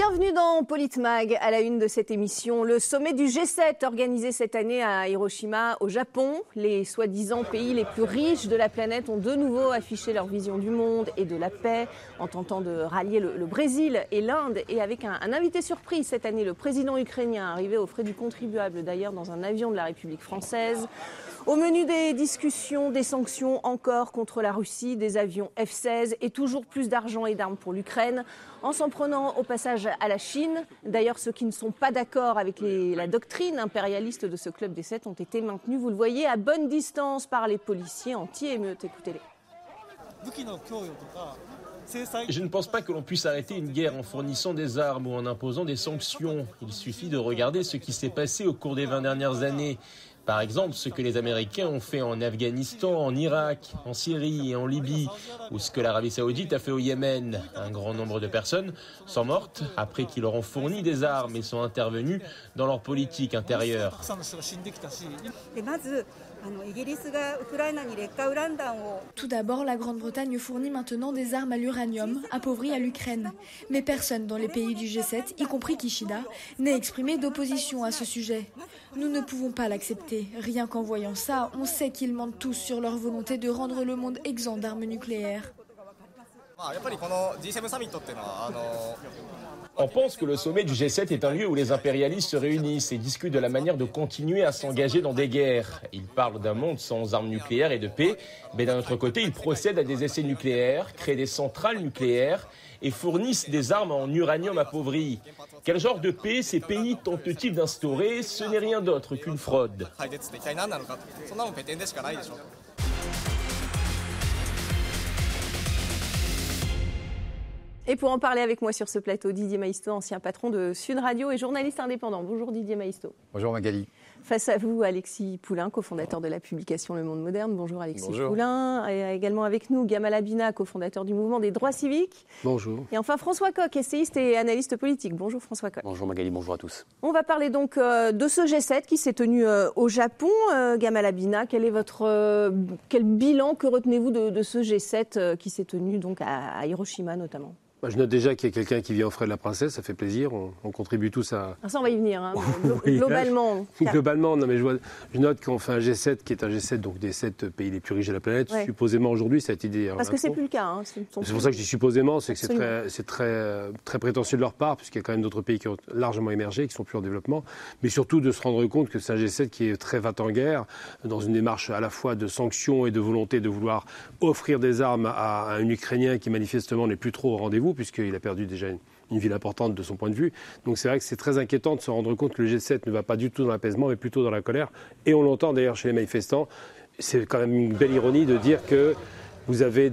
Bienvenue dans Politmag. À la une de cette émission, le sommet du G7 organisé cette année à Hiroshima au Japon. Les soi-disant pays les plus riches de la planète ont de nouveau affiché leur vision du monde et de la paix en tentant de rallier le Brésil et l'Inde. Et avec un invité surprise cette année, le président ukrainien arrivé aux frais du contribuable d'ailleurs dans un avion de la République française. Au menu des discussions, des sanctions encore contre la Russie, des avions F-16 et toujours plus d'argent et d'armes pour l'Ukraine, en s'en prenant au passage à la Chine. D'ailleurs, ceux qui ne sont pas d'accord avec la doctrine impérialiste de ce club des 7 ont été maintenus, vous le voyez, à bonne distance par les policiers anti-émeutes. Écoutez-les. Je ne pense pas que l'on puisse arrêter une guerre en fournissant des armes ou en imposant des sanctions. Il suffit de regarder ce qui s'est passé au cours des 20 dernières années. Par exemple, ce que les Américains ont fait en Afghanistan, en Irak, en Syrie et en Libye, ou ce que l'Arabie Saoudite a fait au Yémen. Un grand nombre de personnes sont mortes après qu'ils leur ont fourni des armes et sont intervenus dans leur politique intérieure. Tout d'abord, la Grande-Bretagne fournit maintenant des armes à l'uranium, appauvries à l'Ukraine. Mais personne dans les pays du G7, y compris Kishida, n'a exprimé d'opposition à ce sujet. Nous ne pouvons pas l'accepter. Rien qu'en voyant ça, on sait qu'ils mentent tous sur leur volonté de rendre le monde exempt d'armes nucléaires. On pense que le sommet du G7 est un lieu où les impérialistes se réunissent et discutent de la manière de continuer à s'engager dans des guerres. Ils parlent d'un monde sans armes nucléaires et de paix, mais d'un autre côté, ils procèdent à des essais nucléaires, créent des centrales nucléaires et fournissent des armes en uranium appauvri. Quel genre de paix ces pays tentent-ils d'instaurer? Ce n'est rien d'autre qu'une fraude. Et pour en parler avec moi sur ce plateau, Didier Maistot, ancien patron de Sud Radio et journaliste indépendant. Bonjour Didier Maistot. Bonjour Magali. Face à vous, Alexis Poulain, cofondateur de la publication Le Monde Moderne. Bonjour Alexis Poulain. Et également avec nous, Gamal Abina, cofondateur du mouvement des droits civiques. Bonjour. Et enfin François Coq, essayiste et analyste politique. Bonjour François Coq. Bonjour Magali, bonjour à tous. On va parler donc de ce G7 qui s'est tenu au Japon. Gamal Abina, quel bilan, que retenez-vous de ce G7 qui s'est tenu donc à Hiroshima notamment? Je note déjà qu'il y a quelqu'un qui vient aux frais de la princesse, ça fait plaisir, on contribue tous à... Ça on va y venir, hein, oui, globalement. Globalement, non mais je note qu'on fait un G7 qui est un G7 donc des 7 pays les plus riches de la planète, supposément aujourd'hui, ça a été dit... Parce que c'est plus le cas. Hein, c'est pour ça que je dis supposément, c'est que c'est très prétentieux de leur part, puisqu'il y a quand même d'autres pays qui ont largement émergé, qui sont plus en développement, mais surtout de se rendre compte que c'est un G7 qui est très va-t-en-guerre, dans une démarche à la fois de sanctions et de volonté de vouloir offrir des armes à un Ukrainien qui manifestement n'est plus trop au rendez-vous, puisqu'il a perdu déjà une ville importante de son point de vue. Donc c'est vrai que c'est très inquiétant de se rendre compte que le G7 ne va pas du tout dans l'apaisement, mais plutôt dans la colère. Et on l'entend d'ailleurs chez les manifestants. C'est quand même une belle ironie de dire que vous avez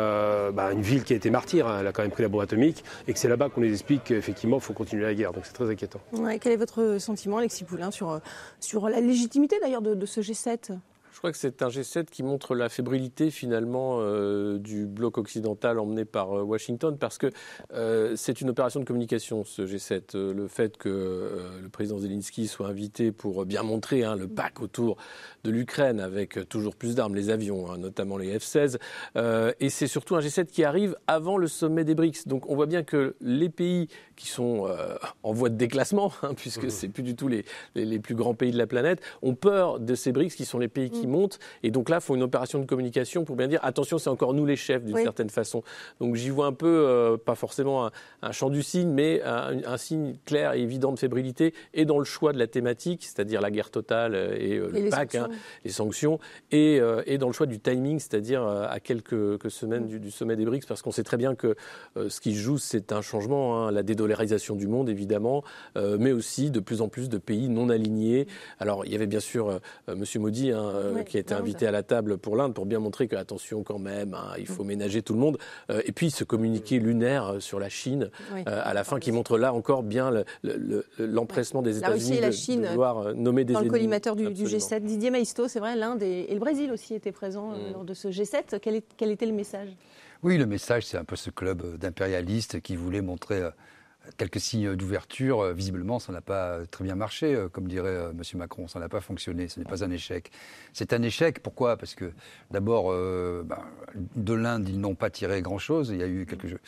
une ville qui a été martyre, hein, elle a quand même pris la bombe atomique, et que c'est là-bas qu'on les explique qu'effectivement il faut continuer la guerre. Donc c'est très inquiétant. Ouais, quel est votre sentiment, Alexis Poulain, sur la légitimité d'ailleurs de ce G7 ? Je crois que c'est un G7 qui montre la fébrilité finalement du bloc occidental emmené par Washington, parce que c'est une opération de communication ce G7. Le fait que le président Zelensky soit invité pour bien montrer le pack autour de l'Ukraine avec toujours plus d'armes, les avions, notamment les F-16. Et c'est surtout un G7 qui arrive avant le sommet des BRICS. Donc on voit bien que les pays qui sont en voie de déclassement, puisque c'est plus du tout les plus grands pays de la planète, ont peur de ces BRICS qui sont les pays qui montent. Et donc là, il faut une opération de communication pour bien dire attention, c'est encore nous les chefs d'une certaine façon. Donc j'y vois un peu, pas forcément un chant du cygne, mais un signe clair et évident de fébrilité, et dans le choix de la thématique, c'est-à-dire la guerre totale et le PAC, les sanctions, et dans le choix du timing, c'est-à-dire à quelques semaines du sommet des BRICS, parce qu'on sait très bien que ce qui se joue, c'est un changement, la dédollarisation du monde évidemment, mais aussi de plus en plus de pays non alignés. Alors il y avait bien sûr M. Modi qui a été invité à la table pour l'Inde pour bien montrer que attention quand même, il faut ménager tout le monde, et puis ce communiqué lunaire sur la Chine à la fin qui montre là encore bien l'empressement des États-Unis de vouloir nommer des ennemis. Dans le collimateur du G7, Didier Maistot, c'est vrai, l'Inde et le Brésil aussi étaient présents lors de ce G7. Quel était le message ? Oui, le message, c'est un peu ce club d'impérialistes qui voulait montrer quelques signes d'ouverture. Visiblement, ça n'a pas très bien marché, comme dirait M. Macron. Ça n'a pas fonctionné, ce n'est pas un échec. C'est un échec, pourquoi ? Parce que d'abord, de l'Inde, ils n'ont pas tiré grand-chose. Il y a eu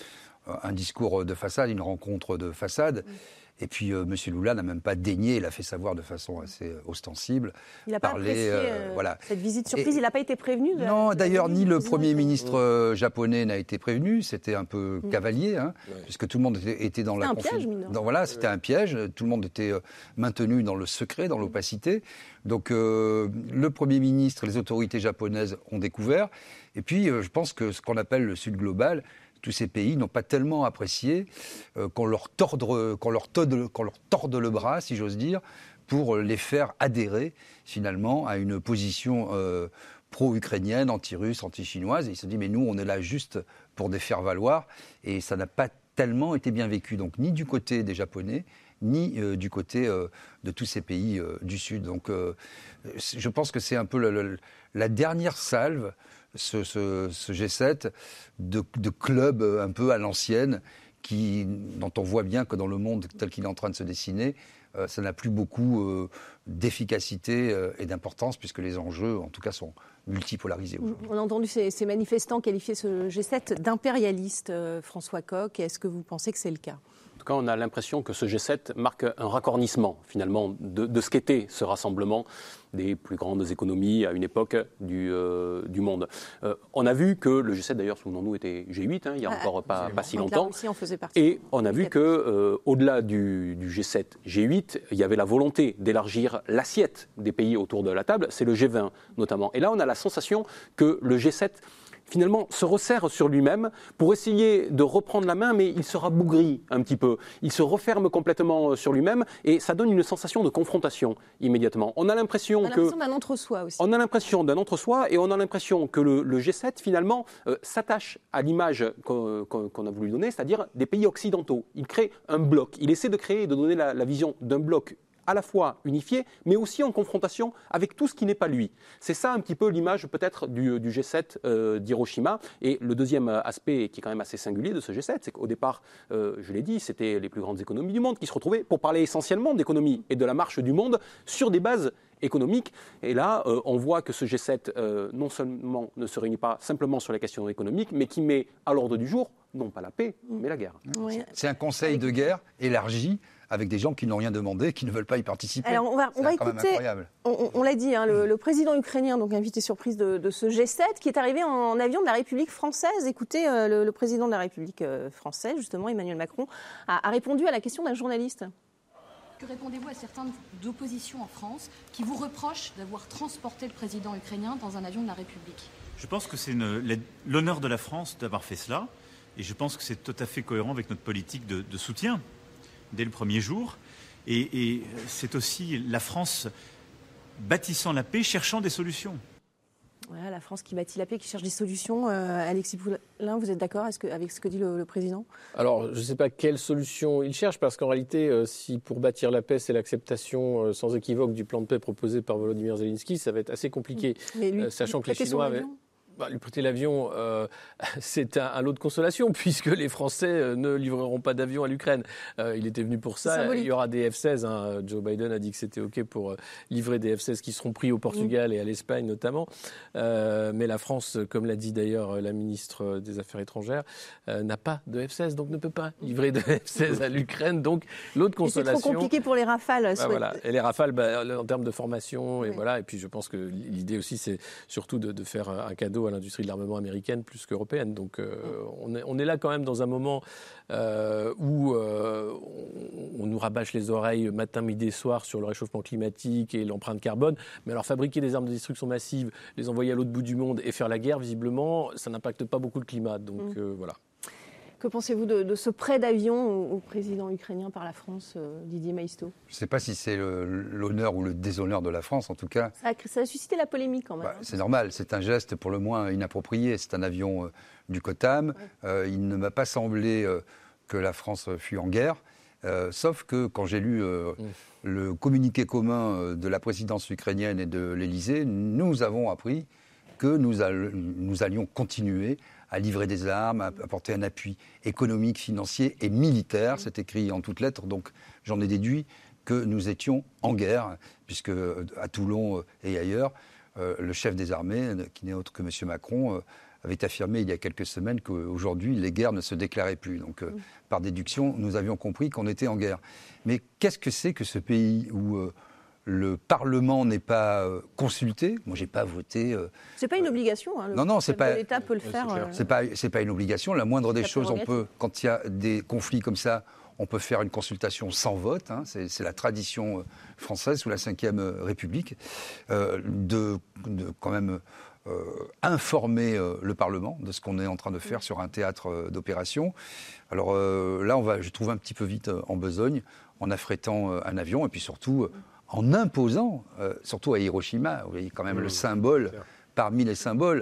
un discours de façade, une rencontre de façade. Et puis, M. Lula n'a même pas daigné, il a fait savoir de façon assez ostensible. Il n'a pas apprécié cette visite surprise, il n'a pas été prévenu non, d'ailleurs, ni le Premier ministre japonais n'a été prévenu, c'était un peu cavalier, puisque tout le monde était dans la confusion. C'était un piège, tout le monde était maintenu dans le secret, dans l'opacité. Donc, le Premier ministre et les autorités japonaises ont découvert. Et puis, je pense que ce qu'on appelle le Sud global, tous ces pays n'ont pas tellement apprécié qu'on leur torde le bras, si j'ose dire, pour les faire adhérer finalement à une position pro-ukrainienne, anti-russe, anti-chinoise. Et ils se disent mais nous on est là juste pour des faire-valoir et ça n'a pas tellement été bien vécu. Donc ni du côté des Japonais, ni du côté de tous ces pays du Sud. Donc je pense que c'est un peu la dernière salve, ce G7 de clubs un peu à l'ancienne, dont on voit bien que dans le monde tel qu'il est en train de se dessiner, ça n'a plus beaucoup d'efficacité et d'importance, puisque les enjeux, en tout cas, sont multipolarisés aujourd'hui. On a entendu ces manifestants qualifier ce G7 d'impérialiste, François Coq. Est-ce que vous pensez que c'est le cas ? En tout cas, on a l'impression que ce G7 marque un raccornissement, finalement, de ce qu'était ce rassemblement des plus grandes économies à une époque du monde. On a vu que le G7, d'ailleurs, souvenons-nous, était G8, il y a encore pas si longtemps. Aussi, on faisait partie. Et on a vu qu'au-delà du G7, G8, il y avait la volonté d'élargir l'assiette des pays autour de la table. C'est le G20, notamment. Et là, on a la sensation que le G7 finalement se resserre sur lui-même pour essayer de reprendre la main, mais il se rabougrit un petit peu. Il se referme complètement sur lui-même et ça donne une sensation de confrontation immédiatement. On a l'impression d'un entre-soi aussi. On a l'impression d'un entre-soi et on a l'impression que le G7 finalement s'attache à l'image qu'on a voulu donner, c'est-à-dire des pays occidentaux. Il crée un bloc. Il essaie de créer et de donner la vision d'un bloc à la fois unifié, mais aussi en confrontation avec tout ce qui n'est pas lui. C'est ça un petit peu l'image peut-être du G7 d'Hiroshima. Et le deuxième aspect qui est quand même assez singulier de ce G7, c'est qu'au départ, je l'ai dit, c'était les plus grandes économies du monde qui se retrouvaient pour parler essentiellement d'économie et de la marche du monde sur des bases économique. Et là, on voit que ce G7 non seulement ne se réunit pas simplement sur les questions économiques, mais qui met à l'ordre du jour, non pas la paix, mais la guerre. Oui. C'est un conseil de guerre élargi avec des gens qui n'ont rien demandé, qui ne veulent pas y participer. Alors on va écouter, on l'a dit, le président ukrainien, donc invité surprise de ce G7, qui est arrivé en avion de la République française. Écoutez, le président de la République française, justement, Emmanuel Macron, a répondu à la question d'un journaliste. Que répondez-vous à certains d'opposition en France qui vous reprochent d'avoir transporté le président ukrainien dans un avion de la République ? Je pense que c'est l'honneur de la France d'avoir fait cela. Et je pense que c'est tout à fait cohérent avec notre politique de soutien dès le premier jour. Et c'est aussi la France bâtissant la paix, cherchant des solutions. Voilà, la France qui bâtit la paix, qui cherche des solutions. Alexis Poulain, vous êtes d'accord avec ce que dit le président ? Alors, je ne sais pas quelle solution il cherche, parce qu'en réalité, si pour bâtir la paix, c'est l'acceptation sans équivoque du plan de paix proposé par Volodymyr Zelensky, ça va être assez compliqué, sachant que les Chinois avaient... lui prêter l'avion, c'est un lot de consolation, puisque les Français ne livreront pas d'avion à l'Ukraine. Il était venu pour ça. Il y aura des F-16. Joe Biden a dit que c'était OK pour livrer des F-16 qui seront pris au Portugal et à l'Espagne notamment. Mais la France, comme l'a dit d'ailleurs la ministre des Affaires étrangères, n'a pas de F-16, donc ne peut pas livrer de F-16 à l'Ukraine. Donc, lot de consolation. C'est trop compliqué pour les Rafales. Voilà. Et les Rafales, en termes de formation, et voilà. Et puis, je pense que l'idée aussi, c'est surtout de faire un cadeau à l'industrie de l'armement américaine plus qu'européenne. Donc on est là quand même dans un moment où on nous rabâche les oreilles matin, midi et soir sur le réchauffement climatique et l'empreinte carbone. Mais alors fabriquer des armes de destruction massive, les envoyer à l'autre bout du monde et faire la guerre, visiblement, ça n'impacte pas beaucoup le climat. Donc voilà. Que pensez-vous de ce prêt d'avion au président ukrainien par la France, Didier Maistre ? Je ne sais pas si c'est l'honneur ou le déshonneur de la France, en tout cas. Ça a suscité la polémique quand même. C'est normal, c'est un geste pour le moins inapproprié. C'est un avion du COTAM. Ouais. Il ne m'a pas semblé que la France fût en guerre. Sauf que quand j'ai lu le communiqué commun de la présidence ukrainienne et de l'Élysée, nous avons appris que nous allions continuer à livrer des armes, à apporter un appui économique, financier et militaire. C'est écrit en toutes lettres, donc j'en ai déduit que nous étions en guerre, puisque à Toulon et ailleurs, le chef des armées, qui n'est autre que M. Macron, avait affirmé il y a quelques semaines qu'aujourd'hui, les guerres ne se déclaraient plus. Donc, par déduction, nous avions compris qu'on était en guerre. Mais qu'est-ce que c'est que ce pays où le Parlement n'est pas consulté? Moi, j'ai pas voté. C'est pas une obligation. Hein, non, c'est pas. L'État peut le faire. C'est pas une obligation. La moindre des choses, on peut, quand il y a des conflits comme ça, on peut faire une consultation sans vote. Hein, c'est la tradition française sous la Ve République de quand même informer le Parlement de ce qu'on est en train de faire sur un théâtre d'opération. Alors là, je trouve un petit peu vite en besogne en affrétant un avion et puis surtout en imposant, surtout à Hiroshima, vous voyez quand même le symbole parmi les symboles.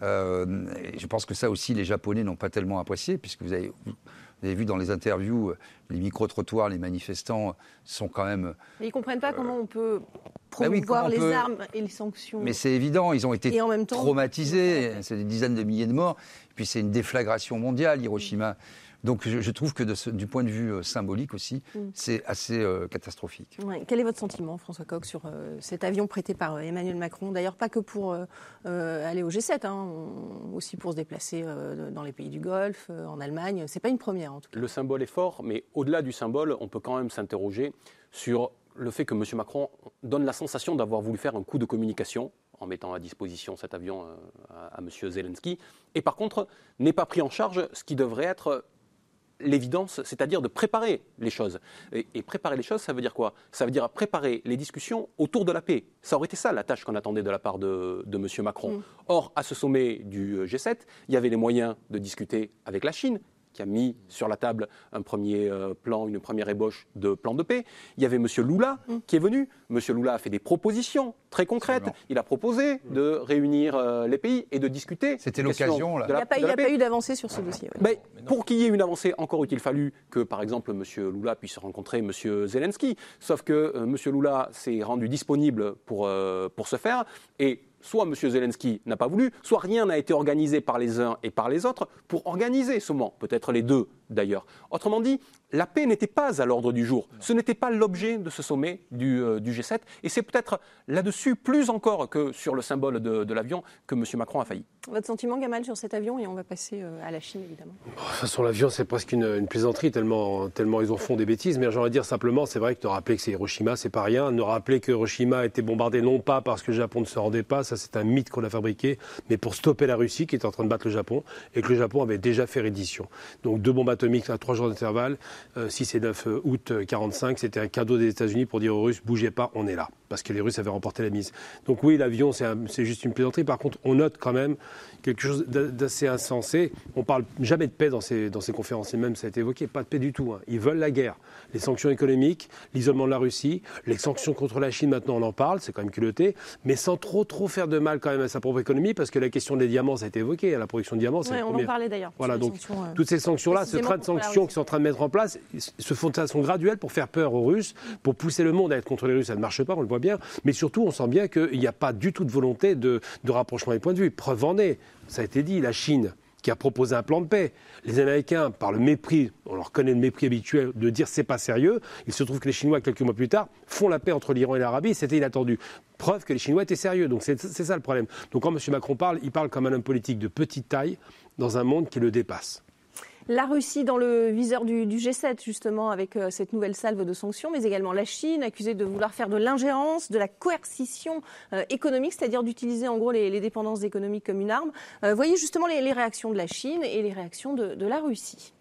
Je pense que ça aussi, les Japonais n'ont pas tellement apprécié, puisque vous avez vu dans les interviews, les micro-trottoirs, les manifestants sont quand même... Mais ils ne comprennent pas comment on peut promouvoir les armes et les sanctions. Mais c'est évident, ils ont été traumatisés, c'est des dizaines de milliers de morts, et puis c'est une déflagration mondiale, Hiroshima. Donc je trouve que du point de vue symbolique aussi, c'est assez catastrophique. Ouais. Quel est votre sentiment, François Coq, sur cet avion prêté par Emmanuel Macron? D'ailleurs, pas que pour aller au G7, hein, aussi pour se déplacer dans les pays du Golfe, en Allemagne. C'est pas une première, en tout cas. Le symbole est fort, mais au-delà du symbole, on peut quand même s'interroger sur le fait que M. Macron donne la sensation d'avoir voulu faire un coup de communication en mettant à disposition cet avion à M. Zelensky, et par contre, n'est pas pris en charge ce qui devrait être l'évidence, c'est-à-dire de préparer les choses. Et préparer les choses, ça veut dire quoi? Ça veut dire préparer les discussions autour de la paix. Ça aurait été ça la tâche qu'on attendait de la part de M. Macron. Or, à ce sommet du G7, il y avait les moyens de discuter avec la Chine, qui a mis sur la table un premier plan, une première ébauche de plan de paix. Il y avait M. Lula qui est venu. M. Lula a fait des propositions très concrètes. Il a proposé de réunir les pays et de discuter. C'était l'occasion, là. Il n'y a pas eu d'avancée sur ce dossier. Ouais. Mais pour qu'il y ait une avancée, encore eût-il fallu que, par exemple, M. Lula puisse rencontrer M. Zelensky. Sauf que M. Lula s'est rendu disponible pour ce faire. Et soit M. Zelensky n'a pas voulu, soit rien n'a été organisé par les uns et par les autres pour organiser ce moment. Peut-être les deux, d'ailleurs. Autrement dit, la paix n'était pas à l'ordre du jour. Ce n'était pas l'objet de ce sommet du G7. Et c'est peut-être là-dessus, plus encore que sur le symbole de l'avion, que M. Macron a failli. Votre sentiment, Gamal, sur cet avion? Et on va passer à la Chine, évidemment. De toute façon, l'avion, c'est presque une plaisanterie, tellement ils en font des bêtises. Mais j'aimerais dire simplement, c'est vrai que de rappeler que c'est Hiroshima, c'est pas rien. De rappeler que Hiroshima a été bombardé non pas parce que le Japon ne se rendait pas, ça c'est un mythe qu'on a fabriqué, mais pour stopper la Russie qui était en train de battre le Japon, et que le Japon avait déjà fait reddition. Donc 2 bombes atomiques à 3 jours d'intervalle, 6 et 9 août 1945, c'était un cadeau des États-Unis pour dire aux Russes, bougez pas, on est là. Parce que les Russes avaient remporté la mise. Donc oui, l'avion, c'est juste une plaisanterie. Par contre, on note quand même quelque chose d'assez insensé. On ne parle jamais de paix dans ces conférences, et même ça a été évoqué, pas de paix du tout. Hein. Ils veulent la guerre. Les sanctions économiques, l'isolement de la Russie, les sanctions contre la Chine, maintenant on en parle, c'est quand même culotté, mais sans trop faire de mal quand même à sa propre économie, parce que la question des diamants, ça a été évoqué, la production de diamants, c'est on en parlait d'ailleurs. Voilà, donc toutes ces sanctions-là, ce train de sanctions qui sont en train de mettre en place, se font de façon graduelle pour faire peur aux Russes, pour pousser le monde à être contre les Russes. Ça ne marche pas, on le voit bien, mais surtout, on sent bien qu'il n'y a pas du tout de volonté de rapprochement des points de vue. Preuve en est, ça a été dit, la Chine qui a proposé un plan de paix. Les Américains, par le mépris, on leur connaît le mépris habituel de dire c'est pas sérieux, il se trouve que les Chinois, quelques mois plus tard, font la paix entre l'Iran et l'Arabie, c'était inattendu. Preuve que les Chinois étaient sérieux, donc c'est ça le problème. Donc quand M. Macron parle, il parle comme un homme politique de petite taille dans un monde qui le dépasse. La Russie dans le viseur du G7, justement, avec cette nouvelle salve de sanctions, mais également la Chine, accusée de vouloir faire de l'ingérence, de la coercition économique, c'est-à-dire d'utiliser en gros les dépendances économiques comme une arme. Voyez justement les réactions de la Chine et les réactions de la Russie.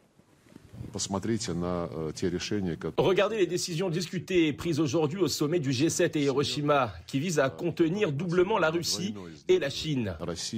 Regardez les décisions discutées et prises aujourd'hui au sommet du G7 et Hiroshima, qui visent à contenir doublement la Russie et la Chine.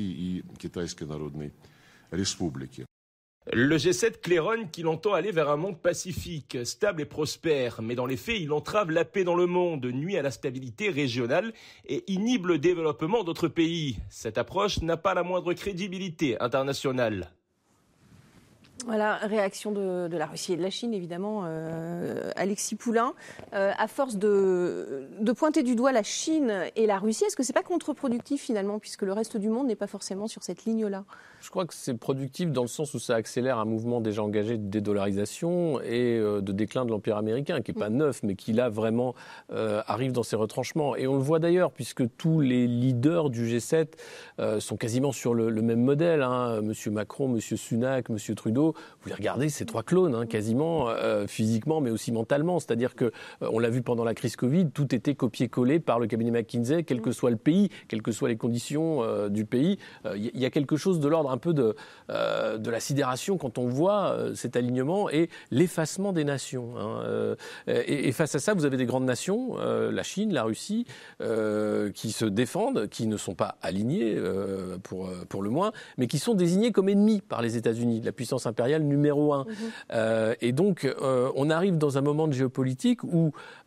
Le G7 claironne qu'il entend aller vers un monde pacifique, stable et prospère, mais dans les faits, il entrave la paix dans le monde, nuit à la stabilité régionale et inhibe le développement d'autres pays. Cette approche n'a pas la moindre crédibilité internationale. Voilà, réaction de la Russie et de la Chine, évidemment, Alexis Poulain. À force de pointer du doigt la Chine et la Russie, est-ce que c'est pas contre-productif finalement, puisque le reste du monde n'est pas forcément sur cette ligne-là ? Je crois que c'est productif dans le sens où ça accélère un mouvement déjà engagé de dédollarisation et de déclin de l'Empire américain, qui n'est pas neuf, mais qui là vraiment arrive dans ses retranchements. Et on le voit d'ailleurs, puisque tous les leaders du G7 sont quasiment sur le même modèle. Hein. Monsieur Macron, Monsieur Sunak, Monsieur Trudeau, vous les regardez, ces trois clones, hein, quasiment, physiquement, mais aussi mentalement. C'est-à-dire que, on l'a vu pendant la crise Covid, tout était copié-collé par le cabinet McKinsey, quel que soit le pays, quelles que soient les conditions du pays. Il y a quelque chose de l'ordre un peu de la sidération quand on voit cet alignement et l'effacement des nations. Hein. Et face à ça, vous avez des grandes nations, la Chine, la Russie, qui se défendent, qui ne sont pas alignées, pour le moins, mais qui sont désignées comme ennemis par les États-Unis, la puissance impériale numéro 1. Et donc, on arrive dans un moment de géopolitique où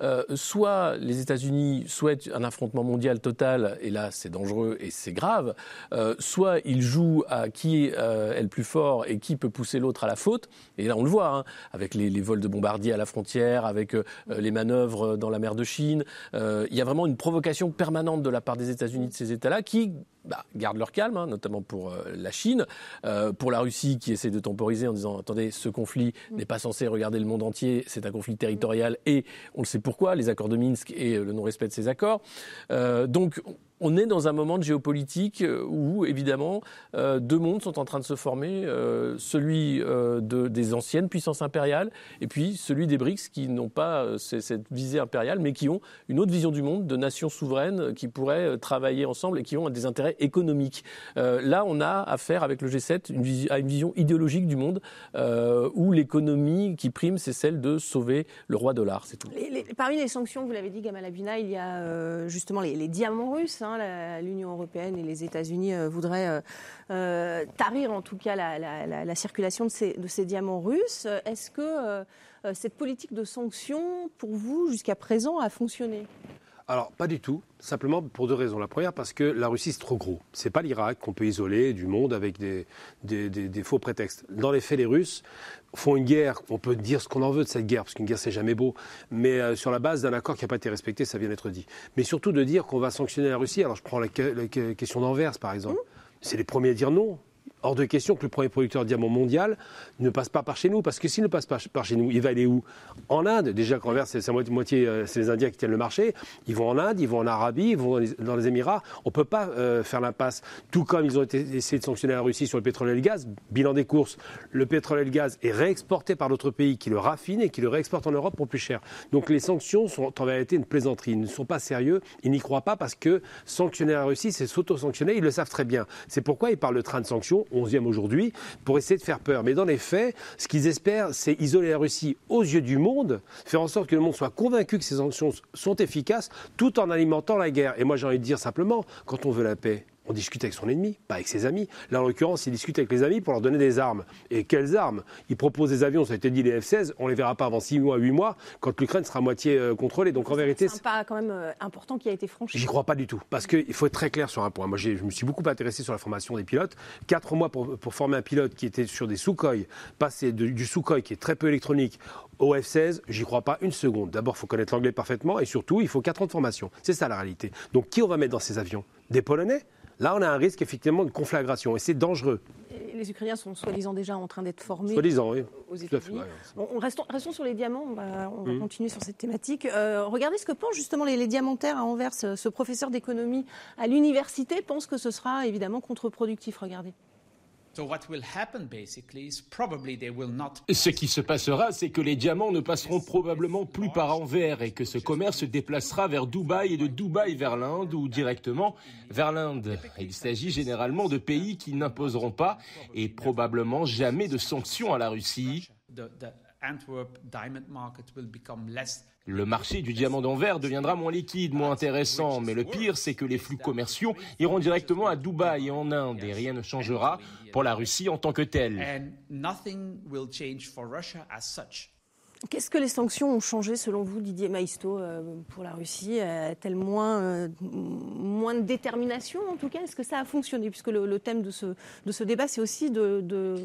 soit les États-Unis souhaitent un affrontement mondial total, et là, c'est dangereux et c'est grave, soit ils jouent à qui est le plus fort et qui peut pousser l'autre à la faute. Et là, on le voit, hein, avec les vols de bombardiers à la frontière, avec les manœuvres dans la mer de Chine. Il y a vraiment une provocation permanente de la part des États-Unis, de ces États-là, qui gardent leur calme, hein, notamment pour la Chine, pour la Russie qui essaie de temporiser en disant « Attendez, ce conflit n'est pas censé regarder le monde entier, c'est un conflit territorial et on le sait pourquoi, les accords de Minsk et le non-respect de ces accords. » Donc, on est dans un moment de géopolitique où, évidemment, deux mondes sont en train de se former, celui des anciennes puissances impériales et puis celui des BRICS qui n'ont pas cette visée impériale, mais qui ont une autre vision du monde, de nations souveraines qui pourraient travailler ensemble et qui ont des intérêts économiques. Là, on a affaire avec le G7 à une vision idéologique du monde où l'économie qui prime, c'est celle de sauver le roi dollar, c'est tout. Parmi les sanctions, vous l'avez dit, Gamal Abina, il y a justement les diamants russes. L'Union européenne et les États-Unis voudraient tarir en tout cas la circulation de ces diamants russes. Est-ce que cette politique de sanctions, pour vous, jusqu'à présent, a fonctionné ? Alors, pas du tout, simplement pour deux raisons. La première, parce que la Russie, c'est trop gros. C'est pas l'Irak qu'on peut isoler du monde avec des faux prétextes. Dans les faits, les Russes font une guerre, on peut dire ce qu'on en veut de cette guerre, parce qu'une guerre, c'est jamais beau, mais sur la base d'un accord qui n'a pas été respecté, ça vient d'être dit. Mais surtout de dire qu'on va sanctionner la Russie. Alors, je prends la question d'Anvers, par exemple. C'est les premiers à dire non. Hors de question que le premier producteur de diamants mondial ne passe pas par chez nous, parce que s'il ne passe pas par chez nous, il va aller où ? En Inde. Déjà qu'Anvers, c'est moitié, c'est les Indiens qui tiennent le marché. Ils vont en Inde, ils vont en Arabie, ils vont dans les Émirats. On ne peut pas faire l'impasse. Tout comme ils ont essayé de sanctionner la Russie sur le pétrole et le gaz. Bilan des courses, le pétrole et le gaz est réexporté par d'autres pays qui le raffinent et qui le réexportent en Europe pour plus cher. Donc les sanctions sont en vérité une plaisanterie. Ils ne sont pas sérieux, ils n'y croient pas parce que sanctionner la Russie, c'est s'auto-sanctionner. Ils le savent très bien. C'est pourquoi ils parlent de train de sanctions, 11e aujourd'hui, pour essayer de faire peur. Mais dans les faits, ce qu'ils espèrent, c'est isoler la Russie aux yeux du monde, faire en sorte que le monde soit convaincu que ces sanctions sont efficaces, tout en alimentant la guerre. Et moi, j'ai envie de dire simplement, quand on veut la paix, on discute avec son ennemi, pas avec ses amis. Là, en l'occurrence, il discute avec les amis pour leur donner des armes. Et quelles armes ? Il propose des avions, ça a été dit, les F-16, on ne les verra pas avant 6 mois, 8 mois, quand l'Ukraine sera à moitié contrôlée. Donc en vérité, c'est un pas quand même important qui a été franchi. J'y crois pas du tout, parce qu'il faut être très clair sur un point. Moi, je me suis beaucoup intéressé sur la formation des pilotes. 4 mois pour former un pilote qui était sur des Sukhoi, passer du Sukhoi, qui est très peu électronique, au F-16, j'y crois pas une seconde. D'abord, il faut connaître l'anglais parfaitement, et surtout, il faut 4 ans de formation. C'est ça la réalité. Donc qui on va mettre dans ces avions ? Des Polonais ? Là, on a un risque effectivement de conflagration et c'est dangereux. Et les Ukrainiens sont soi-disant déjà en train d'être formés oui. Aux États-Unis. Restons sur les diamants, on va continuer sur cette thématique. Regardez ce que pensent justement les diamantaires à Anvers. Ce professeur d'économie à l'université pense que ce sera évidemment contre-productif. Regardez. Ce qui se passera, c'est que les diamants ne passeront probablement plus par Anvers et que ce commerce se déplacera vers Dubaï et de Dubaï vers l'Inde ou directement vers l'Inde. Il s'agit généralement de pays qui n'imposeront pas et probablement jamais de sanctions à la Russie. Le marché du diamant d'Anvers deviendra moins liquide, moins intéressant, mais le pire, c'est que les flux commerciaux iront directement à Dubaï et en Inde, et rien ne changera pour la Russie en tant que telle. Qu'est-ce que les sanctions ont changé selon vous, Didier Maisto, pour la Russie? A-t-elle moins de détermination en tout cas? Est-ce que ça a fonctionné? Puisque le thème de ce débat, c'est aussi de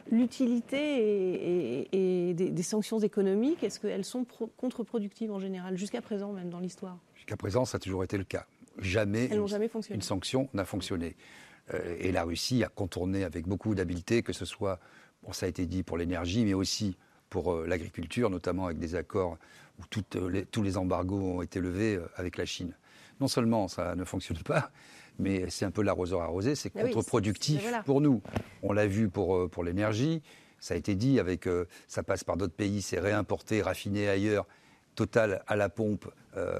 l'utilité et des sanctions économiques. Est-ce qu'elles sont contre-productives en général, jusqu'à présent même dans l'histoire? Jusqu'à présent, ça a toujours été le cas. Jamais une sanction n'a fonctionné. Et la Russie a contourné avec beaucoup d'habileté, que ce soit, ça a été dit, pour l'énergie, mais aussi pour l'agriculture, notamment avec des accords où tous les embargos ont été levés avec la Chine. Non seulement ça ne fonctionne pas, mais c'est un peu l'arroseur arrosé, c'est contre-productif pour nous. On l'a vu pour l'énergie, ça a été dit, ça passe par d'autres pays, c'est réimporté, raffiné ailleurs, Total à la pompe,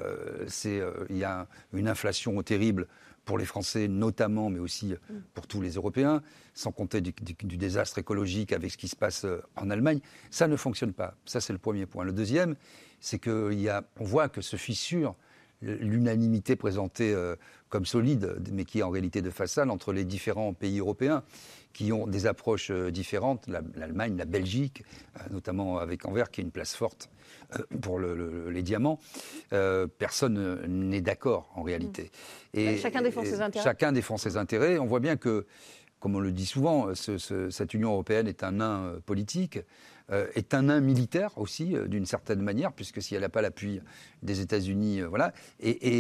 il y a une inflation terrible pour les Français notamment, mais aussi pour tous les Européens, sans compter du désastre écologique avec ce qui se passe en Allemagne. Ça ne fonctionne pas. Ça, c'est le premier point. Le deuxième, c'est qu'on voit que se fissure l'unanimité présentée comme solide, mais qui est en réalité de façade, entre les différents pays européens, qui ont des approches différentes. L'Allemagne, la Belgique, notamment avec Anvers, qui est une place forte pour les diamants. Personne n'est d'accord, en réalité. Et chacun défend ses intérêts. Chacun défend ses intérêts. On voit bien que, comme on le dit souvent, cette Union européenne est un nain politique, est un nain militaire aussi, d'une certaine manière, puisque si elle n'a pas l'appui des États-Unis, voilà. Et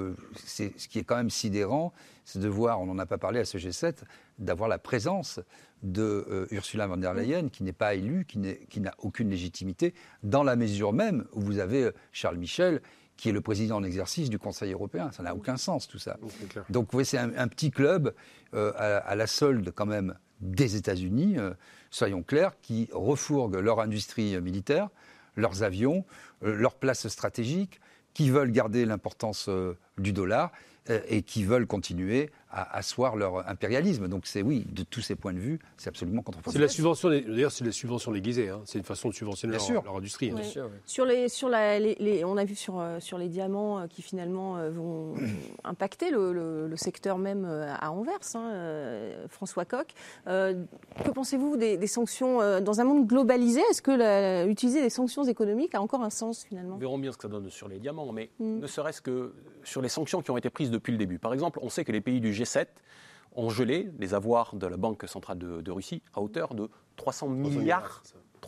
ce qui est quand même sidérant, c'est de voir, on n'en a pas parlé à ce G7, d'avoir la présence de Ursula von der Leyen, qui n'est pas élue, qui n'a aucune légitimité, dans la mesure même où vous avez Charles Michel, qui est le président en exercice du Conseil européen. Ça n'a aucun sens, tout ça. Donc, vous voyez, c'est un petit club à la solde, quand même, des États-Unis, soyons clairs, qui refourguent leur industrie militaire, leurs avions, leur place stratégique, qui veulent garder l'importance du dollar et qui veulent continuer à asseoir leur impérialisme. Donc de tous ces points de vue, c'est absolument contre-productif. C'est la subvention, d'ailleurs, c'est la subvention déguisée. Hein. C'est une façon de subventionner leur industrie. Ouais. Bien Sur sûr, on a vu sur les diamants qui finalement vont impacter le secteur même à Anvers, François Coq. Que pensez-vous des sanctions dans un monde globalisé? Est-ce que utiliser des sanctions économiques a encore un sens finalement? Nous verrons bien ce que ça donne sur les diamants, mais ne serait-ce que sur les sanctions qui ont été prises depuis le début. Par exemple, on sait que les pays du G7 ont gelé les avoirs de la Banque centrale de Russie à hauteur de 300 milliards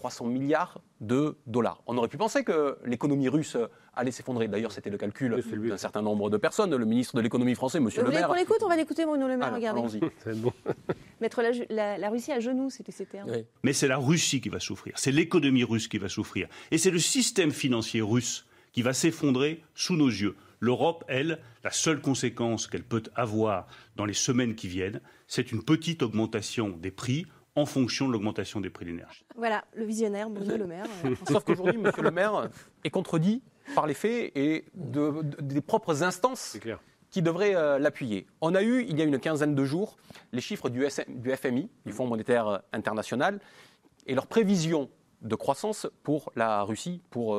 de dollars. On aurait pu penser que l'économie russe allait s'effondrer. D'ailleurs, c'était le calcul d'un certain nombre de personnes. Le ministre de l'économie français, M. Le Maire... On va l'écouter, Bruno Le Maire, regardez. C'est bon. Mettre la Russie à genoux, c'était ces termes. Oui. Mais c'est la Russie qui va souffrir, c'est l'économie russe qui va souffrir. Et c'est le système financier russe qui va s'effondrer sous nos yeux. L'Europe, elle, la seule conséquence qu'elle peut avoir dans les semaines qui viennent, c'est une petite augmentation des prix en fonction de l'augmentation des prix de l'énergie. Voilà, le visionnaire, Bruno Le Maire. Sauf qu'aujourd'hui, M. Le Maire est contredit par les faits et des propres instances qui devraient l'appuyer. On a eu, il y a une quinzaine de jours, les chiffres du FMI, du Fonds monétaire international, et leurs prévisions de croissance pour la Russie pour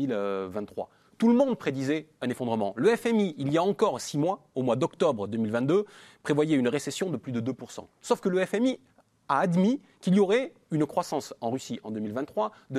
2023. Tout le monde prédisait un effondrement. Le FMI, il y a encore 6 mois, au mois d'octobre 2022, prévoyait une récession de plus de 2%. Sauf que le FMI a admis qu'il y aurait une croissance en Russie en 2023 de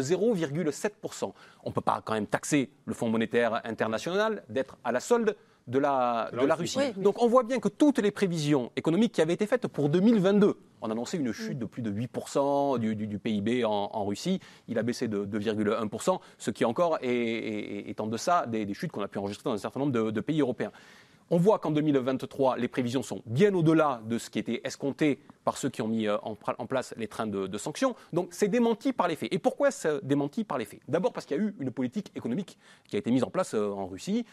0,7%. On ne peut pas quand même taxer le Fonds monétaire international d'être à la solde de la Russie. Oui. Donc on voit bien que toutes les prévisions économiques qui avaient été faites pour 2022, on annonçait une chute de plus de 8% du PIB en Russie, il a baissé de 2,1%, ce qui encore est en deçà des chutes qu'on a pu enregistrer dans un certain nombre de pays européens. On voit qu'en 2023, les prévisions sont bien au-delà de ce qui était escompté par ceux qui ont mis en place les trains de sanctions. Donc c'est démenti par les faits. Et pourquoi c'est démenti par les faits? D'abord parce qu'il y a eu une politique économique qui a été mise en place en Russie,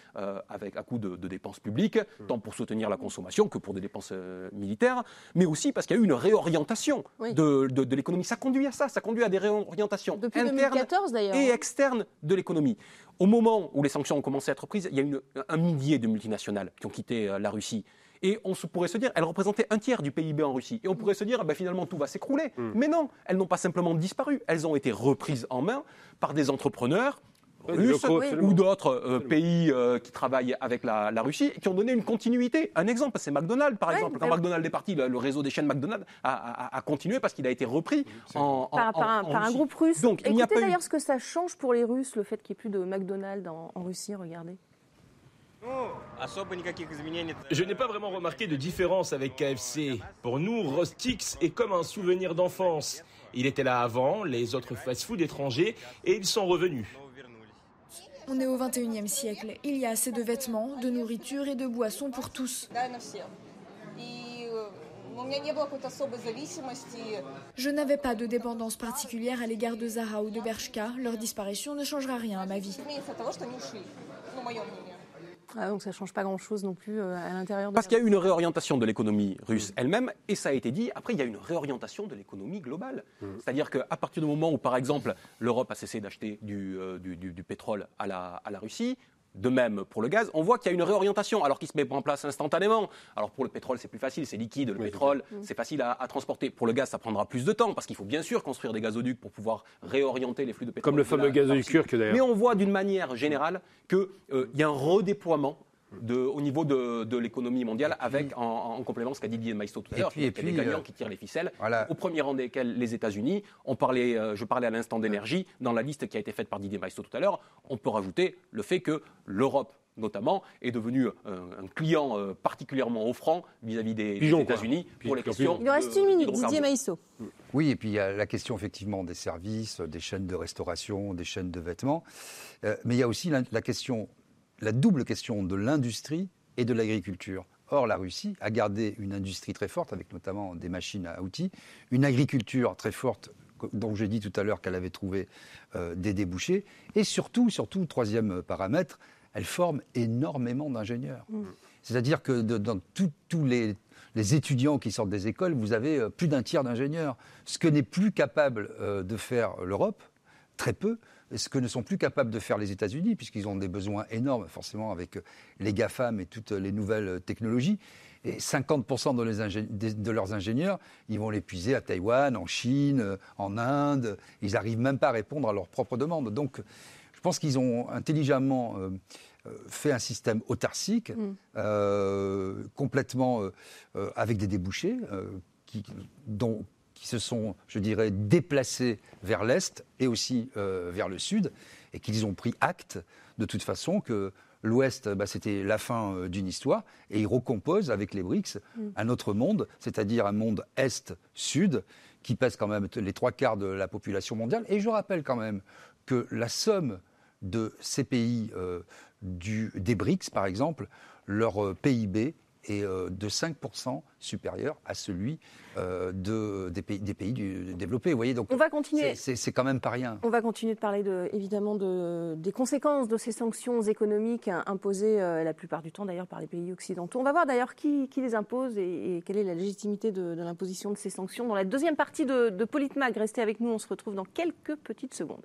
à coup de dépenses publiques, tant pour soutenir la consommation que pour des dépenses militaires, mais aussi parce qu'il y a eu une réorientation de l'économie. Ça conduit à ça, ça conduit à des réorientations depuis internes 2014, et externes de l'économie. Au moment où les sanctions ont commencé à être prises, il y a eu un millier de multinationales qui ont quitté la Russie. Et on pourrait se dire, elles représentaient un tiers du PIB en Russie. Et on pourrait se dire, finalement, tout va s'écrouler. Mais non, elles n'ont pas simplement disparu. Elles ont été reprises en main par des entrepreneurs russes ou d'autres pays qui travaillent avec la Russie et qui ont donné une continuité. Un exemple, c'est McDonald's, par exemple. Quand McDonald's est parti, le réseau des chaînes McDonald's a continué parce qu'il a été repris par un groupe russe. Donc, écoutez d'ailleurs ce que ça change pour les Russes, le fait qu'il n'y ait plus de McDonald's en Russie, regardez. Je n'ai pas vraiment remarqué de différence avec KFC. Pour nous, Rostix est comme un souvenir d'enfance. Il était là avant, les autres fast-food étrangers, et ils sont revenus. On est au XXIe siècle. Il y a assez de vêtements, de nourriture et de boissons pour tous. Je n'avais pas de dépendance particulière à l'égard de Zara ou de Bershka. Leur disparition ne changera rien à ma vie. Donc ça ne change pas grand-chose non plus à l'intérieur de... Parce qu'il y a eu une réorientation de l'économie russe elle-même, et ça a été dit, après il y a une réorientation de l'économie globale. C'est-à-dire qu'à partir du moment où, par exemple, l'Europe a cessé d'acheter du pétrole à la Russie, de même pour le gaz, on voit qu'il y a une réorientation, alors qu'il se met en place instantanément. Alors pour le pétrole, c'est plus facile, c'est liquide, le pétrole, c'est facile à transporter. Pour le gaz, ça prendra plus de temps, parce qu'il faut bien sûr construire des gazoducs pour pouvoir réorienter les flux de pétrole. Comme le fameux gazoduc turc, d'ailleurs. Mais on voit d'une manière générale qu'il y a un redéploiement au niveau de l'économie mondiale, avec en complément ce qu'a dit Didier Maistre tout à l'heure, il y a des gagnants qui tirent les ficelles, au premier rang desquels les États-Unis. Je parlais à l'instant d'énergie, dans la liste qui a été faite par Didier Maistre tout à l'heure, on peut rajouter le fait que l'Europe, notamment, est devenue un client particulièrement offrant vis-à-vis des États-Unis pour les questions. Il nous reste une minute, Didier Maistre. Oui, et puis il y a la question effectivement des services, des chaînes de restauration, des chaînes de vêtements, mais il y a aussi la double question de l'industrie et de l'agriculture. Or, la Russie a gardé une industrie très forte, avec notamment des machines à outils, une agriculture très forte, dont j'ai dit tout à l'heure qu'elle avait trouvé des débouchés, et surtout, troisième paramètre, elle forme énormément d'ingénieurs. C'est-à-dire que dans tous les étudiants qui sortent des écoles, vous avez plus d'un tiers d'ingénieurs. Ce que n'est plus capable de faire l'Europe, très peu, ce que ne sont plus capables de faire les États-Unis, puisqu'ils ont des besoins énormes, forcément, avec les GAFAM et toutes les nouvelles technologies. Et 50% de leurs ingénieurs, ils vont les puiser à Taïwan, en Chine, en Inde. Ils n'arrivent même pas à répondre à leurs propres demandes. Donc, je pense qu'ils ont intelligemment fait un système autarcique, complètement avec des débouchés, qui se sont, je dirais, déplacés vers l'Est et aussi vers le Sud, et qu'ils ont pris acte, de toute façon, que l'Ouest, c'était la fin d'une histoire, et ils recomposent avec les BRICS un autre monde, c'est-à-dire un monde Est-Sud, qui pèse quand même les 3/4 de la population mondiale. Et je rappelle quand même que la somme de ces pays des BRICS, par exemple, leur PIB est de 5% supérieur à celui des pays développés. Vous voyez, donc on va continuer. C'est quand même pas rien. On va continuer de parler évidemment des conséquences de ces sanctions économiques imposées la plupart du temps d'ailleurs par les pays occidentaux. On va voir d'ailleurs qui les impose et quelle est la légitimité de l'imposition de ces sanctions. Dans la deuxième partie de Politmag, restez avec nous, on se retrouve dans quelques petites secondes.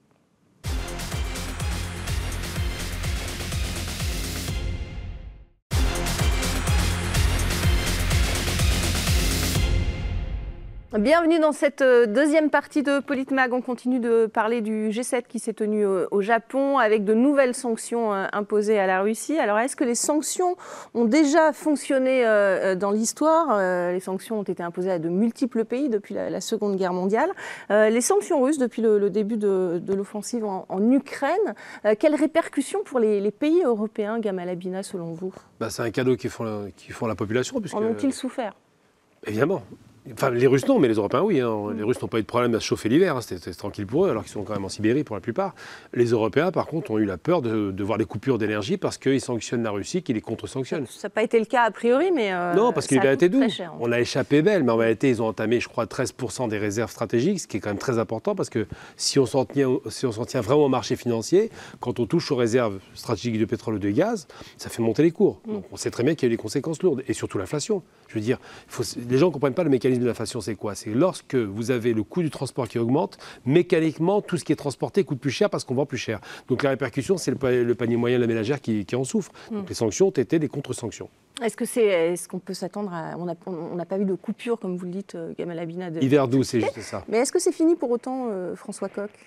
Bienvenue dans cette deuxième partie de Politmag. On continue de parler du G7 qui s'est tenu au Japon avec de nouvelles sanctions imposées à la Russie. Alors, est-ce que les sanctions ont déjà fonctionné dans l'histoire ? Les sanctions ont été imposées à de multiples pays depuis la Seconde Guerre mondiale. Les sanctions russes depuis le début de l'offensive en Ukraine, quelles répercussions pour les pays européens, Gamal Abina, selon vous ? C'est un cadeau qu'ils font la population. En ont-ils souffert ? Évidemment. Enfin, les Russes non, mais les Européens oui. Les Russes n'ont pas eu de problème à se chauffer l'hiver, c'était tranquille pour eux, alors qu'ils sont quand même en Sibérie pour la plupart. Les Européens, par contre, ont eu la peur de voir des coupures d'énergie parce qu'ils sanctionnent la Russie qui les contre-sanctionne. Ça n'a pas été le cas a priori, mais non, parce qu'il a été doux. Cher, on a échappé belle, mais en réalité, ils ont entamé, je crois, 13% des réserves stratégiques, ce qui est quand même très important parce que si on s'en tient vraiment au marché financier, quand on touche aux réserves stratégiques de pétrole ou de gaz, ça fait monter les cours. Donc on sait très bien qu'il y a eu des conséquences lourdes, et surtout l'inflation. Je veux dire, les gens ne comprennent pas le mécanisme de l'inflation, c'est quoi ? C'est lorsque vous avez le coût du transport qui augmente, mécaniquement, tout ce qui est transporté coûte plus cher parce qu'on vend plus cher. Donc la répercussion, c'est le panier moyen de la ménagère qui en souffre. Donc les sanctions ont été des contre-sanctions. Est-ce qu'on peut s'attendre à... On n'a pas vu de coupure, comme vous le dites, Gamal Abina. Hiver doux, c'est juste ça. Mais est-ce que c'est fini pour autant, François Coq ?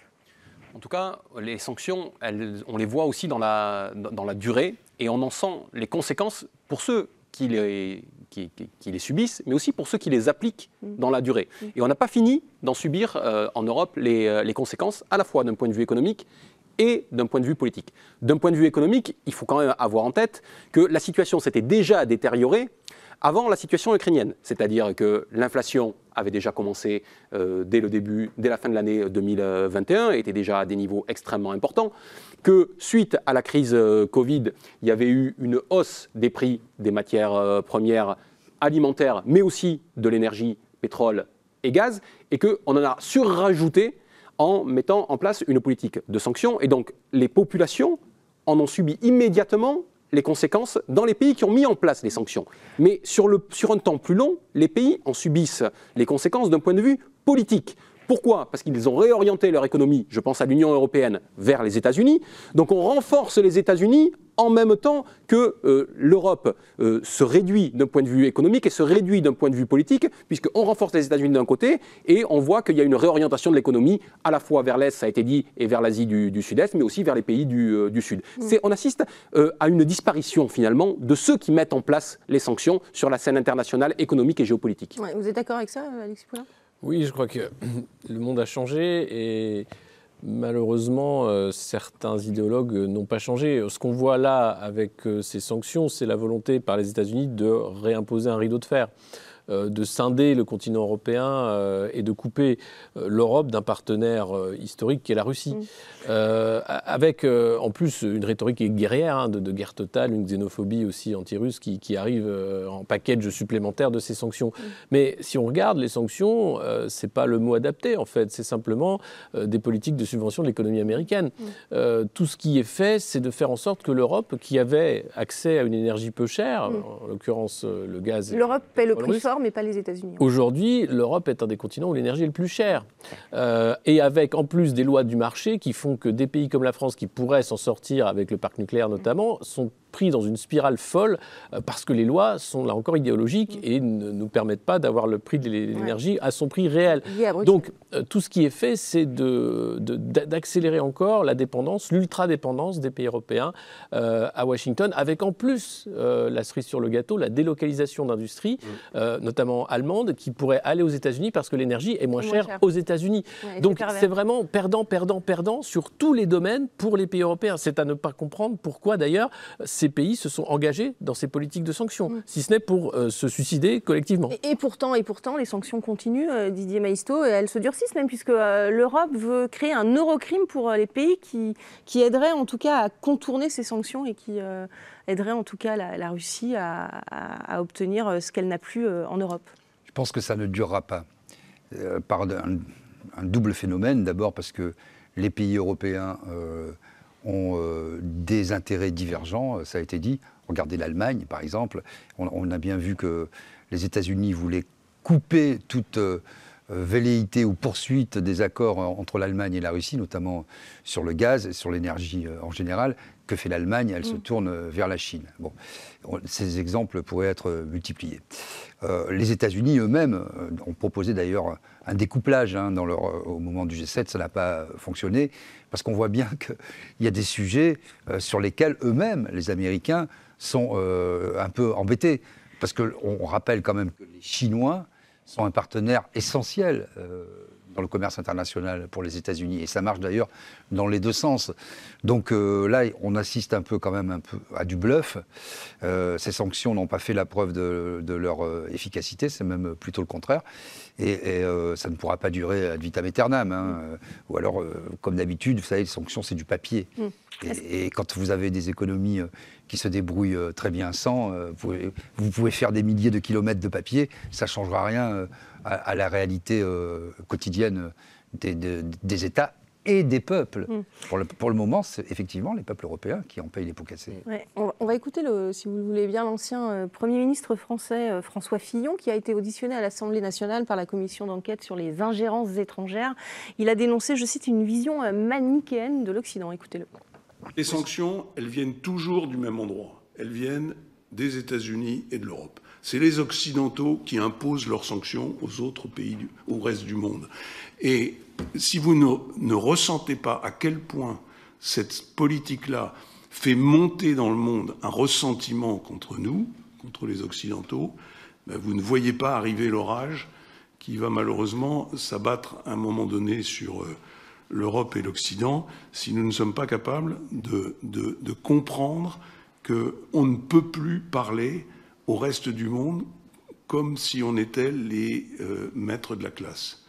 En tout cas, les sanctions, on les voit aussi dans la durée et on en sent les conséquences pour ceux qui les subissent, mais aussi pour ceux qui les appliquent dans la durée. Et on n'a pas fini d'en subir en Europe les conséquences, à la fois d'un point de vue économique et d'un point de vue politique. D'un point de vue économique, il faut quand même avoir en tête que la situation s'était déjà détériorée avant la situation ukrainienne, c'est-à-dire que l'inflation avait déjà commencé dès la fin de l'année 2021, et était déjà à des niveaux extrêmement importants, que suite à la crise Covid, il y avait eu une hausse des prix des matières premières alimentaires, mais aussi de l'énergie, pétrole et gaz, et qu'on en a surrajouté en mettant en place une politique de sanctions. Et donc les populations en ont subi immédiatement les conséquences dans les pays qui ont mis en place les sanctions. Mais sur un temps plus long, les pays en subissent les conséquences d'un point de vue politique. Pourquoi ? Parce qu'ils ont réorienté leur économie, je pense à l'Union européenne, vers les États-Unis. Donc on renforce les États-Unis en même temps que l'Europe se réduit d'un point de vue économique et se réduit d'un point de vue politique, puisqu'on renforce les États-Unis d'un côté et on voit qu'il y a une réorientation de l'économie à la fois vers l'Est, ça a été dit, et vers l'Asie du Sud-Est, mais aussi vers les pays du Sud. On assiste à une disparition finalement de ceux qui mettent en place les sanctions sur la scène internationale économique et géopolitique. Ouais, vous êtes d'accord avec ça, Alexis Poulain ? Oui, je crois que le monde a changé et malheureusement, certains idéologues n'ont pas changé. Ce qu'on voit là avec ces sanctions, c'est la volonté par les États-Unis de réimposer un rideau de fer, de scinder le continent européen et de couper l'Europe d'un partenaire historique qui est la Russie. Avec en plus une rhétorique guerrière, de guerre totale, une xénophobie aussi anti-russe qui arrive en package supplémentaire de ces sanctions. Mais si on regarde les sanctions, c'est pas le mot adapté en fait, c'est simplement des politiques de subvention de l'économie américaine. Tout ce qui est fait, c'est de faire en sorte que l'Europe, qui avait accès à une énergie peu chère, en l'occurrence le gaz... L'Europe paie le prix fort, mais pas les États-Unis. Aujourd'hui, l'Europe est un des continents où l'énergie est le plus chère. Et avec en plus des lois du marché qui font que des pays comme la France, qui pourraient s'en sortir avec le parc nucléaire notamment, sont pris dans une spirale folle parce que les lois sont là encore idéologiques et ne nous permettent pas d'avoir le prix de l'énergie à son prix réel. Donc tout ce qui est fait, c'est d'accélérer encore la dépendance, l'ultra-dépendance des pays européens à Washington, avec en plus la cerise sur le gâteau, la délocalisation d'industries, notamment allemandes, qui pourraient aller aux États-Unis parce que l'énergie est moins chère aux États-Unis. Donc c'est vraiment perdant, perdant, perdant sur tous les domaines pour les pays européens. C'est à ne pas comprendre pourquoi d'ailleurs ces pays se sont engagés dans ces politiques de sanctions, si ce n'est pour se suicider collectivement. Et pourtant, les sanctions continuent, Didier Maistre, et elles se durcissent même, puisque l'Europe veut créer un Eurocrime pour les pays qui aideraient en tout cas à contourner ces sanctions et qui aideraient en tout cas la Russie à obtenir ce qu'elle n'a plus en Europe. Je pense que ça ne durera pas, par un double phénomène. D'abord parce que les pays européens ont des intérêts divergents, ça a été dit. Regardez l'Allemagne, par exemple. On a bien vu que les États-Unis voulaient couper toute velléité ou poursuite des accords entre l'Allemagne et la Russie, notamment sur le gaz et sur l'énergie en général. Que fait l'Allemagne ? Elle se tourne vers la Chine. Bon, ces exemples pourraient être multipliés. Les États-Unis eux-mêmes ont proposé d'ailleurs un découplage au moment du G7, ça n'a pas fonctionné, parce qu'on voit bien qu'il y a des sujets sur lesquels eux-mêmes, les Américains, sont un peu embêtés. Parce qu'on rappelle quand même que les Chinois sont un partenaire essentiel dans le commerce international pour les États-Unis. Et ça marche d'ailleurs dans les deux sens. Donc là, on assiste quand même à du bluff. Ces sanctions n'ont pas fait la preuve de leur efficacité, c'est même plutôt le contraire. Et ça ne pourra pas durer ad vitam aeternam. Ou alors, comme d'habitude, vous savez, les sanctions, c'est du papier. Et quand vous avez des économies qui se débrouillent très bien sans, vous pouvez faire des milliers de kilomètres de papier, ça ne changera rien à la réalité quotidienne des États et des peuples. Pour le moment, c'est effectivement les peuples européens qui en payent les pots cassés. Ouais, on va écouter, si vous le voulez bien, l'ancien Premier ministre français François Fillon, qui a été auditionné à l'Assemblée nationale par la commission d'enquête sur les ingérences étrangères. Il a dénoncé, je cite, une vision manichéenne de l'Occident. Écoutez-le. Les sanctions, elles viennent toujours du même endroit. Elles viennent des États-Unis et de l'Europe. C'est les Occidentaux qui imposent leurs sanctions aux autres pays, au reste du monde. Et si vous ne ressentez pas à quel point cette politique-là fait monter dans le monde un ressentiment contre nous, contre les Occidentaux, vous ne voyez pas arriver l'orage qui va malheureusement s'abattre à un moment donné sur l'Europe et l'Occident si nous ne sommes pas capables de comprendre qu'on ne peut plus parler au reste du monde comme si on était les maîtres de la classe.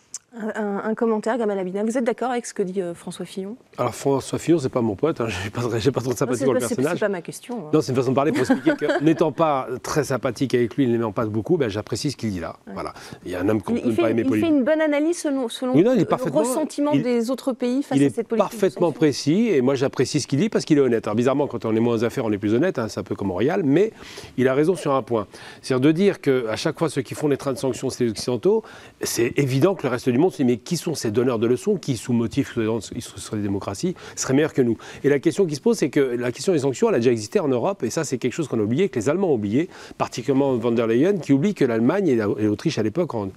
Un commentaire, Gamal Abidine. Vous êtes d'accord avec ce que dit François Fillon? Alors François Fillon, c'est pas mon pote, hein. j'ai pas trop de sympathie pour le personnage. C'est pas ma question. Hein. Non, c'est une façon de parler pour expliquer que n'étant pas très sympathique avec lui, ne l'aimant pas beaucoup, j'apprécie ce qu'il dit là. Ouais. Voilà. Il y a un homme qu'on ne peut pas aimer politique. Il fait une bonne analyse selon oui, non, le ressentiment des autres pays face à cette politique. Il est parfaitement précis et moi j'apprécie ce qu'il dit parce qu'il est honnête. Alors bizarrement, quand on est moins aux affaires, on est plus honnête, hein, c'est un peu comme Royal, mais il a raison sur un point. C'est-à-dire de dire qu'à chaque fois ceux qui font les trains de sanctions, c'est les Occidentaux, c'est évident que le reste du monde se dit mais qui sont ces donneurs de leçons qui, sous motif qu'ils seraient des démocraties, seraient meilleurs que nous. Et la question qui se pose, c'est que la question des sanctions, elle a déjà existé en Europe, et ça, c'est quelque chose qu'on a oublié, que les Allemands ont oublié, particulièrement von der Leyen, qui oublie que l'Allemagne et l'Autriche, à l'époque, en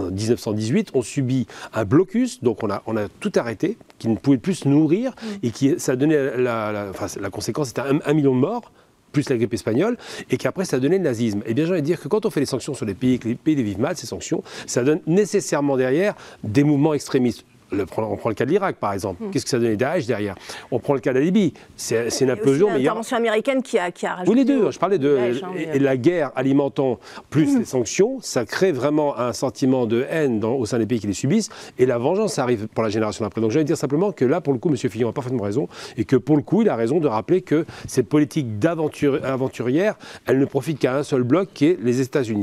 1918, ont subi un blocus, donc on a tout arrêté, qui ne pouvait plus se nourrir, et ça a donné la conséquence, c'était 1 million de morts, plus la grippe espagnole, et qu'après ça a donné le nazisme. Et bien j'ai envie de dire que quand on fait des sanctions sur les pays, que les pays les vivent mal, ces sanctions, ça donne nécessairement derrière des mouvements extrémistes. On prend le cas de l'Irak, par exemple. Qu'est-ce que ça donnait Daesh derrière? On prend le cas de la Libye. C'est une implosion. Mais l'intervention américaine qui a rajouté... Oui, les deux. Je parlais de la guerre alimentant plus les sanctions. Ça crée vraiment un sentiment de haine au sein des pays qui les subissent. Et la vengeance arrive pour la génération d'après. Donc, je vais dire simplement que là, pour le coup, M. Fillon a parfaitement raison. Et que pour le coup, il a raison de rappeler que cette politique aventurière, elle ne profite qu'à un seul bloc, qui est les États-Unis.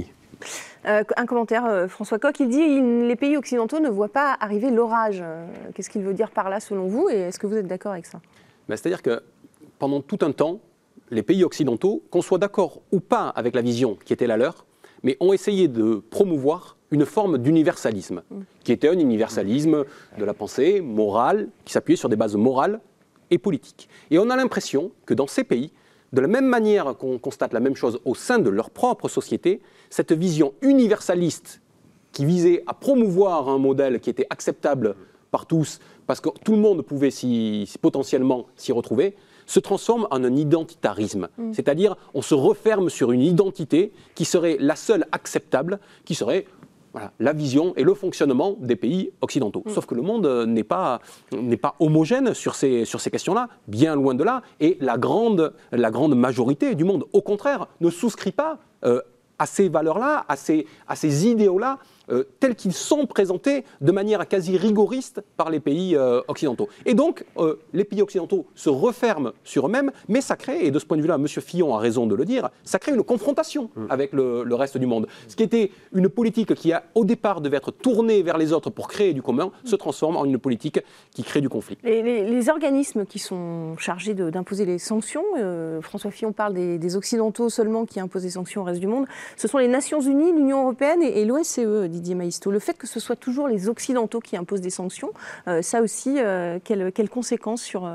Un commentaire, François Coq, il dit les pays occidentaux ne voient pas arriver l'orage. Qu'est-ce qu'il veut dire par là, selon vous, et est-ce que vous êtes d'accord avec ça? C'est-à-dire que pendant tout un temps, les pays occidentaux, qu'on soit d'accord ou pas avec la vision qui était la leur, mais ont essayé de promouvoir une forme d'universalisme, qui était un universalisme de la pensée morale, qui s'appuyait sur des bases morales et politiques. Et on a l'impression que dans ces pays, de la même manière qu'on constate la même chose au sein de leur propre société, cette vision universaliste qui visait à promouvoir un modèle qui était acceptable par tous, parce que tout le monde pouvait potentiellement s'y retrouver, se transforme en un identitarisme. C'est-à-dire, on se referme sur une identité qui serait la seule acceptable, qui serait la vision et le fonctionnement des pays occidentaux. Sauf que le monde n'est pas homogène sur ces questions-là, bien loin de là, et la grande majorité du monde, au contraire, ne souscrit pas à ces valeurs-là, à ces idéaux-là, tels qu'ils sont présentés de manière quasi rigoriste par les pays occidentaux. Et donc, les pays occidentaux se referment sur eux-mêmes, mais ça crée, et de ce point de vue-là, M. Fillon a raison de le dire, ça crée une confrontation avec le reste du monde. Ce qui était une politique qui, au départ, devait être tournée vers les autres pour créer du commun, se transforme en une politique qui crée du conflit. Les organismes qui sont chargés d'imposer les sanctions, François Fillon parle des Occidentaux seulement qui imposent des sanctions au reste du monde, ce sont les Nations Unies, l'Union Européenne et l'OSCE, Didier Maïsto. Le fait que ce soit toujours les Occidentaux qui imposent des sanctions, ça aussi, quelles conséquences sur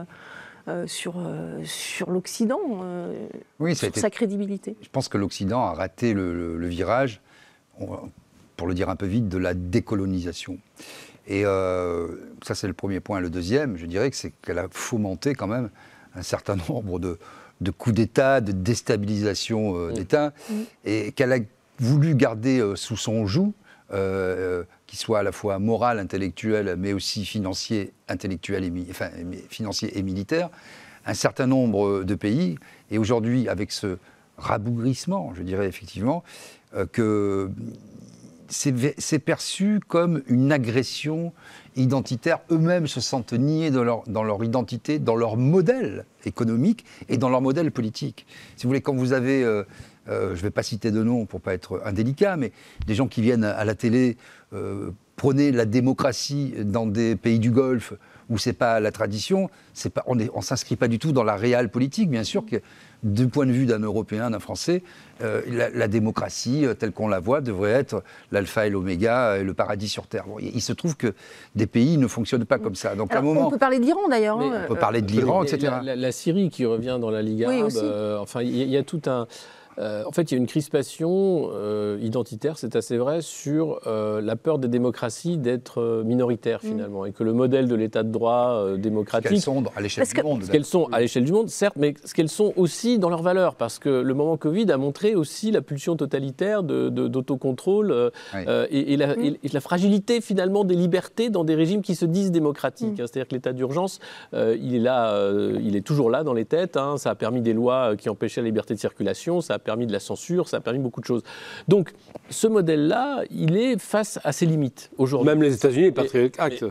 l'Occident, sur sa crédibilité? Je pense que l'Occident a raté le virage, pour le dire un peu vite, de la décolonisation. Et ça, c'est le premier point. Le deuxième, je dirais que c'est qu'elle a fomenté quand même un certain nombre de coups d'État, de déstabilisation d'État, et qu'elle a voulu garder sous son joug, qui soit à la fois moral, intellectuel, mais aussi financier, financier et militaire, un certain nombre de pays. Et aujourd'hui, avec ce rabougrissement, je dirais effectivement, que c'est perçu comme une agression identitaire. Eux-mêmes se sentent niés dans leur identité, dans leur modèle économique et dans leur modèle politique. Si vous voulez, quand vous avez... je ne vais pas citer de nom pour ne pas être indélicat, mais des gens qui viennent à la télé prôner la démocratie dans des pays du Golfe où ce n'est pas la tradition, on ne s'inscrit pas du tout dans la réelle politique. Bien sûr que du point de vue d'un Européen, d'un Français, la démocratie telle qu'on la voit devrait être l'alpha et l'oméga et le paradis sur Terre. Bon, il se trouve que des pays ne fonctionnent pas comme ça. Donc, à un moment, on peut parler de l'Iran d'ailleurs. On peut parler de l'Iran, etc. La Syrie qui revient dans la Ligue arabe, oui, il y a tout un... En fait, il y a une crispation identitaire, c'est assez vrai, sur la peur des démocraties d'être minoritaires finalement, et que le modèle de l'état de droit démocratique... Ce qu'elles sont à l'échelle du monde. Ce qu'elles sont à l'échelle du monde, certes, mais ce qu'elles sont aussi dans leurs valeurs, parce que le moment Covid a montré aussi la pulsion totalitaire d'autocontrôle et la fragilité finalement des libertés dans des régimes qui se disent démocratiques. C'est-à-dire que l'état d'urgence, il est là, il est toujours là dans les têtes. Ça a permis des lois qui empêchaient la liberté de circulation, ça a permis de la censure, ça a permis beaucoup de choses. Donc, ce modèle-là, il est face à ses limites aujourd'hui. Même les États-Unis, le Patriot Act.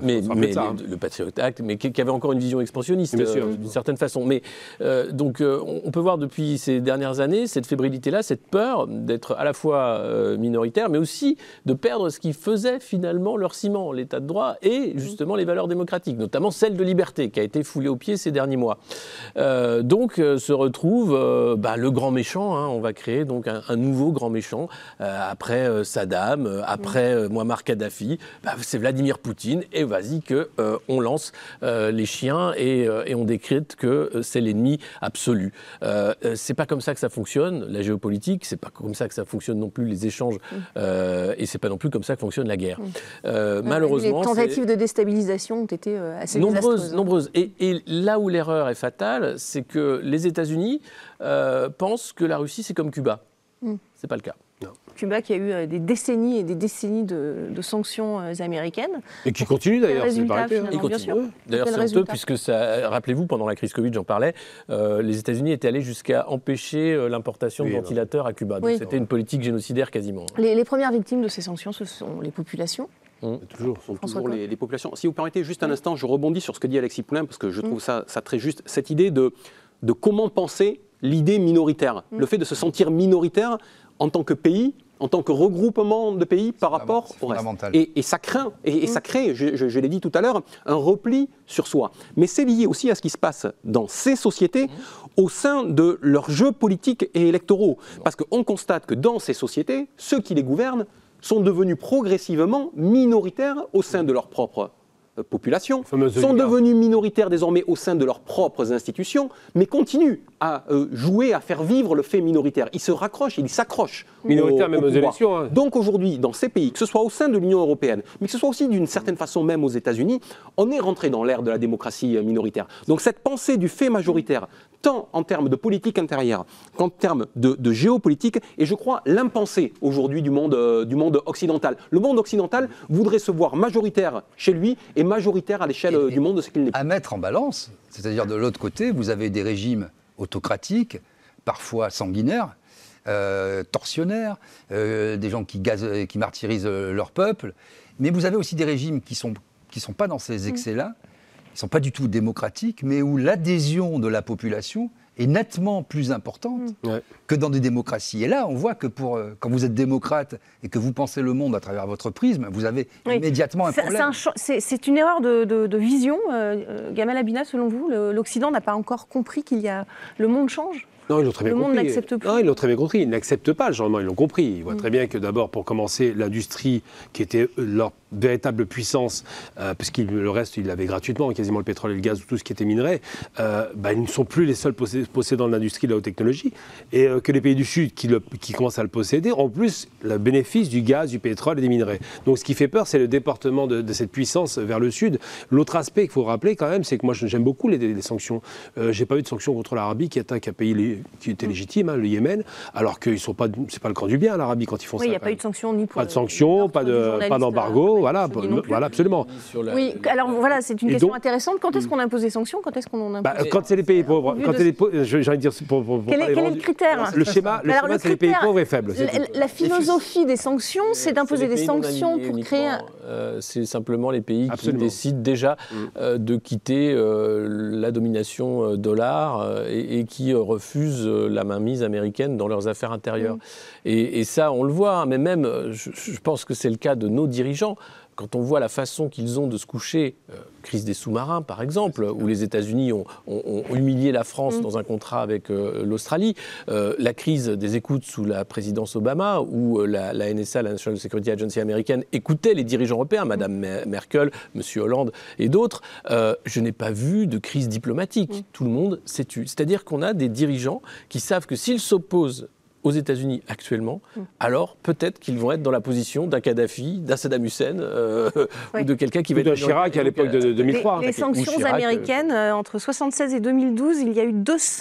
Le Patriot Act, mais qui avait encore une vision expansionniste d'une certaine façon. Mais donc, on peut voir depuis ces dernières années cette fébrilité-là, cette peur d'être à la fois minoritaire, mais aussi de perdre ce qui faisait finalement leur ciment, l'état de droit et justement les valeurs démocratiques, notamment celle de liberté, qui a été foulée aux pieds ces derniers mois. Donc, se retrouve le grand méchant. On va créer donc un nouveau grand méchant après Saddam, après Muammar Kadhafi. C'est Vladimir Poutine et vas-y qu'on lance les chiens et on décrète que c'est l'ennemi absolu. C'est pas comme ça que ça fonctionne, la géopolitique. C'est pas comme ça que ça fonctionne non plus les échanges et c'est pas non plus comme ça que fonctionne la guerre. Malheureusement, les tentatives de déstabilisation ont été assez désastreuses. Nombreuses. Et là où l'erreur est fatale, c'est que les États-Unis pensent que la Russie, c'est comme Cuba. C'est pas le cas. Non. Cuba qui a eu des décennies et des décennies de sanctions américaines. Et qui continue d'ailleurs. Bien sûr. D'ailleurs, c'est honteux puisque, rappelez-vous, pendant la crise Covid, j'en parlais, les États-Unis étaient allés jusqu'à empêcher l'importation de ventilateurs à Cuba. Donc c'était une politique génocidaire quasiment. Les premières victimes de ces sanctions, ce sont les populations. Toujours les populations. Si vous permettez juste un instant, je rebondis sur ce que dit Alexis Poulain, parce que je trouve ça très juste. Cette idée de comment penser l'idée minoritaire, le fait de se sentir minoritaire en tant que pays, en tant que regroupement de pays par rapport au reste. Et ça craint, ça crée, je l'ai dit tout à l'heure, un repli sur soi. Mais c'est lié aussi à ce qui se passe dans ces sociétés au sein de leurs jeux politiques et électoraux. Parce qu'on constate que dans ces sociétés, ceux qui les gouvernent sont devenus progressivement minoritaires au sein de leur propre population, sont devenus minoritaires désormais au sein de leurs propres institutions, mais continuent à jouer, à faire vivre le fait minoritaire. Ils se raccrochent, ils s'accrochent minoritaires même aux élections. Donc aujourd'hui, dans ces pays, que ce soit au sein de l'Union européenne, mais que ce soit aussi d'une certaine façon même aux États-Unis, on est rentré dans l'ère de la démocratie minoritaire. Donc cette pensée du fait majoritaire, tant en termes de politique intérieure qu'en termes de géopolitique, et je crois l'impensé aujourd'hui du monde occidental. Le monde occidental voudrait se voir majoritaire chez lui et majoritaire à l'échelle du monde de ce qu'il n'est pas. À mettre en balance, c'est-à-dire de l'autre côté, vous avez des régimes autocratiques, parfois sanguinaires, tortionnaires, des gens qui martyrisent leur peuple, mais vous avez aussi des régimes qui sont pas dans ces excès-là, qui ne sont pas du tout démocratiques, mais où l'adhésion de la population est nettement plus importante que dans des démocraties. Et là, on voit que quand vous êtes démocrate et que vous pensez le monde à travers votre prisme, vous avez immédiatement un problème. C'est une erreur de vision. Gamal Abina, selon vous, l'Occident n'a pas encore compris le monde change ? Non, ils l'ont très bien compris. Le monde n'accepte plus. Non, ils l'ont très bien compris. Ils n'acceptent pas le changement, ils l'ont compris. Ils voient très bien que d'abord, pour commencer, l'industrie qui était leur véritable puissance, parce que le reste, ils l'avaient gratuitement, quasiment le pétrole et le gaz, tout ce qui était minerai, ils ne sont plus les seuls possédants de l'industrie de la haute technologie, et que les pays du Sud qui commencent à le posséder ont plus le bénéfice du gaz, du pétrole et des minerais. Donc ce qui fait peur, c'est le déportement de cette puissance vers le Sud. L'autre aspect qu'il faut rappeler quand même, c'est que moi j'aime beaucoup les sanctions. J'ai pas eu de sanctions contre l'Arabie qui attaque un pays qui était légitime, le Yémen, alors que c'est pas le camp du bien, l'Arabie, quand ils font ça. Oui, il n'y a pas eu de sanctions ni pour... Pas de sanctions, pas d'embargo, voilà, absolument. Oui, alors voilà, c'est une question intéressante. Quand est-ce qu'on impose des sanctions ? Quand est-ce qu'on en impose quand c'est les pays pauvres. J'ai envie de dire... Quel est le critère ? Le schéma, c'est les pays pauvres et faibles. La philosophie des sanctions, c'est d'imposer des sanctions pour créer... C'est simplement les pays qui décident déjà de quitter la domination dollar et qui refusent la mainmise américaine dans leurs affaires intérieures. Et ça, on le voit, mais même, je pense que c'est le cas de nos dirigeants. Quand on voit la façon qu'ils ont de se coucher, crise des sous-marins par exemple, où les États-Unis ont humilié la France dans un contrat avec l'Australie, la crise des écoutes sous la présidence Obama, où la NSA, la National Security Agency américaine, écoutait les dirigeants européens, Madame Merkel, Monsieur Hollande et d'autres, je n'ai pas vu de crise diplomatique. Tout le monde s'est tu. C'est-à-dire qu'on a des dirigeants qui savent que s'ils s'opposent aux États-Unis actuellement, alors peut-être qu'ils vont être dans la position d'un Kadhafi, d'un Saddam Hussein ou de quelqu'un qui va être... de Chirac à l'époque de 2003. Les sanctions Chirac, américaines, entre 1976 et 2012, il y a eu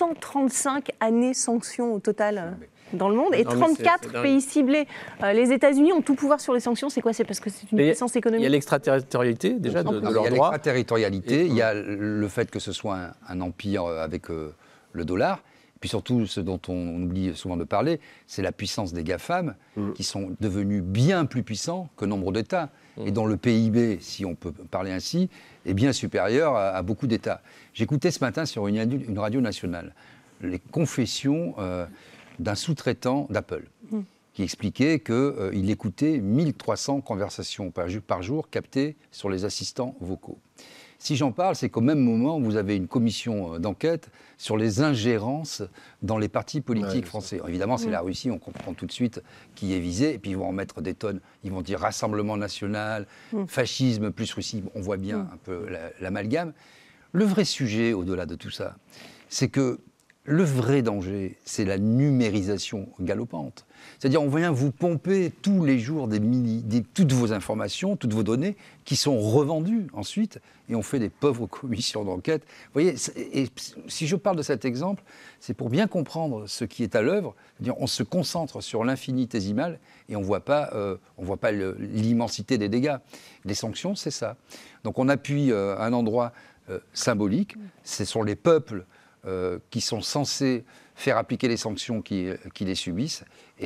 235 années sanctions au total dans le monde et 34 pays ciblés. Les États-Unis ont tout pouvoir sur les sanctions. C'est quoi? C'est parce que c'est une puissance économique? Il y a l'extraterritorialité déjà de leurs droits. Il y a l'extraterritorialité, il y a le fait que ce soit un empire avec le dollar. Puis surtout, ce dont on oublie souvent de parler, c'est la puissance des GAFAM qui sont devenus bien plus puissants que nombre d'États. Et dont le PIB, si on peut parler ainsi, est bien supérieur à beaucoup d'États. J'écoutais ce matin sur une radio nationale les confessions d'un sous-traitant d'Apple qui expliquait qu'il écoutait 1300 conversations par jour captées sur les assistants vocaux. Si j'en parle, c'est qu'au même moment, vous avez une commission d'enquête sur les ingérences dans les partis politiques français. Alors, évidemment, c'est la Russie, on comprend tout de suite qui est visé, et puis ils vont en mettre des tonnes. Ils vont dire Rassemblement national, fascisme plus Russie, on voit bien un peu l'amalgame. Le vrai sujet, au-delà de tout ça, c'est que le vrai danger, c'est la numérisation galopante. C'est-à-dire, on vient vous pomper tous les jours toutes vos informations, toutes vos données, qui sont revendues ensuite, et on fait des pauvres commissions d'enquête. Vous voyez, et si je parle de cet exemple, c'est pour bien comprendre ce qui est à l'œuvre. C'est-à-dire, on se concentre sur l'infinitésimal, et on ne voit pas l'immensité des dégâts. Les sanctions, c'est ça. Donc on appuie un endroit symbolique, ce sont les peuples qui sont censés faire appliquer les sanctions qui les subissent,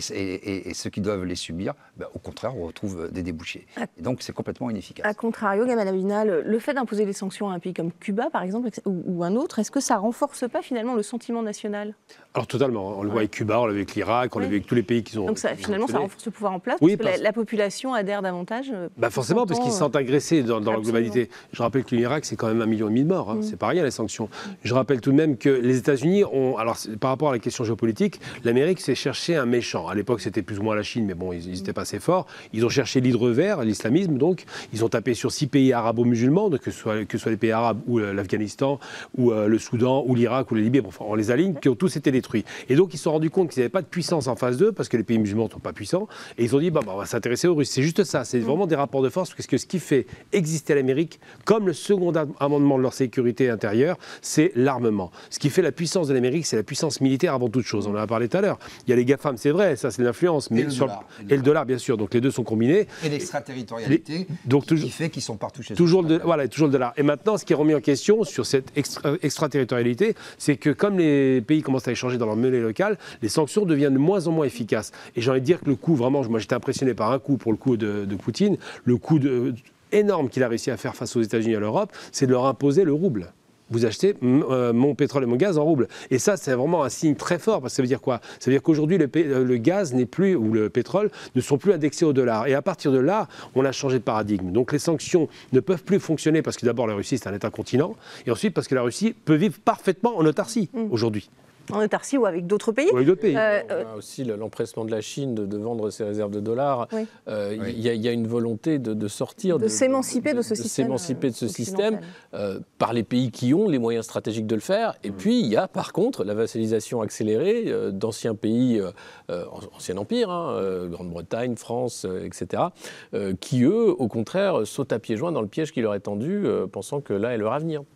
et ceux qui doivent les subir, au contraire, on retrouve des débouchés. Et donc, c'est complètement inefficace. A contrario, Gamal Abina, le fait d'imposer des sanctions à un pays comme Cuba, par exemple, ou un autre, est-ce que ça ne renforce pas finalement le sentiment national? Alors totalement. On le voit avec Cuba, on l'a vu avec l'Irak, on l'a vu avec tous les pays qui ont... Donc finalement, ça renforce le pouvoir en place, oui, parce que la population adhère davantage. Forcément, parce qu'ils se sentent agressés dans la globalité. Je rappelle que l'Irak, c'est quand même 1,5 million de morts. C'est pas rien, les sanctions. Je rappelle tout de même que les États-Unis ont... Alors, par rapport à la question géopolitique, l'Amérique s'est cherché un méchant. À l'époque, c'était plus ou moins la Chine, mais bon, ils n'étaient pas assez forts. Ils ont cherché l'hydre vert, l'islamisme, donc. Ils ont tapé sur 6 pays arabo-musulmans, que ce soit les pays arabes, ou l'Afghanistan, ou le Soudan, ou l'Irak, ou la Libye. Bon, enfin, on les aligne, qui ont tous été détruits. Et donc, ils se sont rendus compte qu'ils n'avaient pas de puissance en face d'eux, parce que les pays musulmans ne sont pas puissants. Et ils ont dit, on va s'intéresser aux Russes. C'est juste ça. C'est vraiment des rapports de force, parce que ce qui fait exister l'Amérique, comme le second amendement de leur sécurité intérieure, c'est l'armement. Ce qui fait la puissance de l'Amérique, c'est la puissance militaire avant toute chose. On en a parlé tout à l'heure. Il y a les GAFAM, c'est vrai, ça c'est l'influence. Mais et le dollar, bien sûr. Donc les deux sont combinés. Et l'extraterritorialité, qui fait qu'ils sont partout chez eux. Toujours le dollar. Et maintenant, ce qui est remis en question sur cette extraterritorialité, c'est que comme les pays commencent à échanger dans leur monnaie locale, les sanctions deviennent de moins en moins efficaces. Et j'ai envie de dire que le coup, vraiment, moi j'étais impressionné par un coup pour le coup de Poutine, le coup énorme qu'il a réussi à faire face aux États-Unis et à l'Europe, c'est de leur imposer le rouble. Vous achetez mon pétrole et mon gaz en rouble. Et ça, c'est vraiment un signe très fort, parce que ça veut dire quoi? Ça veut dire qu'aujourd'hui, le gaz n'est plus, ou le pétrole, ne sont plus indexés au dollar. Et à partir de là, on a changé de paradigme. Donc les sanctions ne peuvent plus fonctionner, parce que d'abord, la Russie, c'est un État-continent, et ensuite, parce que la Russie peut vivre parfaitement en autarcie, aujourd'hui. En autarcie ou avec d'autres pays. Ou avec d'autres pays. On a aussi l'empressement de la Chine de vendre ses réserves de dollars. Il y a une volonté de sortir... De s'émanciper de ce système par les pays qui ont les moyens stratégiques de le faire. Et puis, il y a par contre la vassalisation accélérée d'anciens pays, ancien empire, Grande-Bretagne, France, etc., qui, eux, au contraire, sautent à pieds joints dans le piège qui leur est tendu, pensant que là est leur avenir.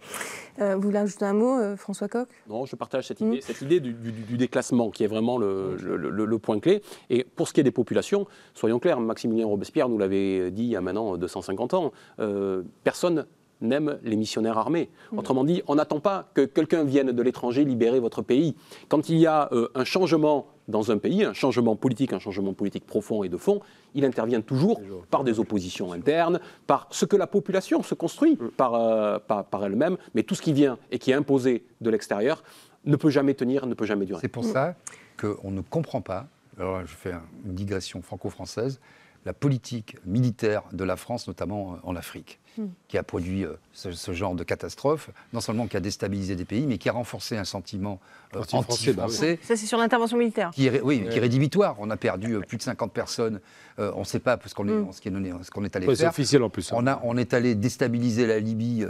Vous voulez ajouter un mot, François Coq? Non, je partage cette idée du déclassement qui est vraiment le point clé. Et pour ce qui est des populations, soyons clairs, Maximilien Robespierre nous l'avait dit il y a maintenant 250 ans, personne n'aime les missionnaires armés. Autrement dit, on n'attend pas que quelqu'un vienne de l'étranger libérer votre pays. Quand il y a un changement dans un pays, un changement politique profond et de fond, il intervient toujours par des oppositions internes, par ce que la population se construit par elle-même, mais tout ce qui vient et qui est imposé de l'extérieur ne peut jamais tenir, ne peut jamais durer. C'est pour ça qu'on ne comprend pas, alors je fais une digression franco-française, la politique militaire de la France, notamment en Afrique, qui a produit ce genre de catastrophe, non seulement qui a déstabilisé des pays, mais qui a renforcé un sentiment anti-français. Ça, c'est sur l'intervention militaire. Qui est rédhibitoire. On a perdu plus de 50 personnes. On ne sait pas ce qu'on est allé faire. C'est officiel en plus. On est allé déstabiliser la Libye,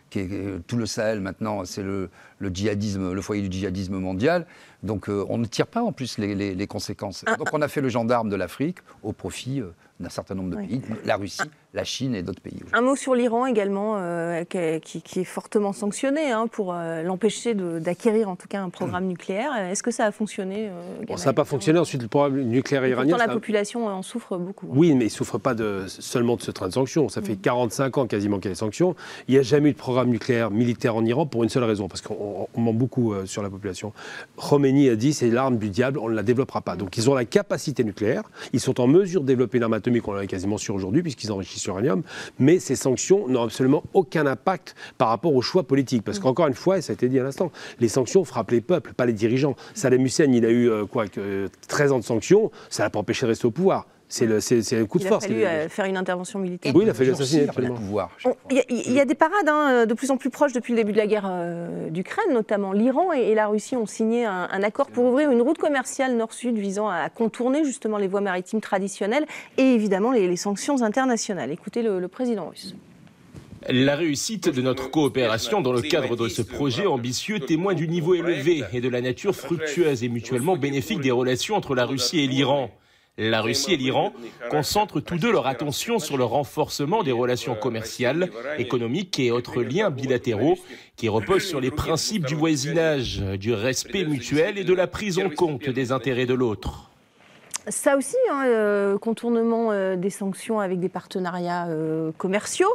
tout le Sahel maintenant, c'est le djihadisme, le foyer du djihadisme mondial. Donc on ne tire pas en plus les conséquences. Donc on a fait le gendarme de l'Afrique au profit d'un certain nombre de pays, la Russie, la Chine et d'autres pays. Un mot sur l'Iran également, qui est fortement sanctionné pour l'empêcher d'acquérir en tout cas un programme nucléaire. Est-ce que ça a fonctionné ça n'a pas fonctionné. Ensuite, le programme nucléaire iranien... Pourtant, la population en souffre beaucoup. Oui, mais il ne souffre pas seulement de ce train de sanctions. Ça fait 45 ans quasiment qu'il y a des sanctions. Il n'y a jamais eu de programme nucléaire militaire en Iran pour une seule raison, parce qu'on ment beaucoup sur la population. Khomeini a dit c'est l'arme du diable, on ne la développera pas. Donc ils ont la capacité nucléaire, ils sont en mesure de développer une arme atomique, on en est quasiment sûr aujourd'hui, puisqu'ils enrichissent l'uranium, mais ces sanctions n'ont absolument aucun impact par rapport aux choix politiques. Parce qu'encore une fois, et ça a été dit à l'instant, les sanctions frappent les peuples, pas les dirigeants. Saddam Hussein, il a eu 13 ans de sanctions, ça l'a pas empêché de rester au pouvoir. C'est un coup de force. Il a fallu faire une intervention militaire. Oui, il a fallu assassiner le pouvoir. Il y a des parades de plus en plus proches depuis le début de la guerre d'Ukraine, notamment l'Iran et la Russie ont signé un accord pour ouvrir une route commerciale nord-sud visant à contourner justement les voies maritimes traditionnelles et évidemment les sanctions internationales. Écoutez le président russe. La réussite de notre coopération dans le cadre de ce projet ambitieux témoigne du niveau élevé et de la nature fructueuse et mutuellement bénéfique des relations entre la Russie et l'Iran. La Russie et l'Iran concentrent tous deux leur attention sur le renforcement des relations commerciales, économiques et autres liens bilatéraux qui reposent sur les principes du voisinage, du respect mutuel et de la prise en compte des intérêts de l'autre. Ça aussi, contournement des sanctions avec des partenariats commerciaux,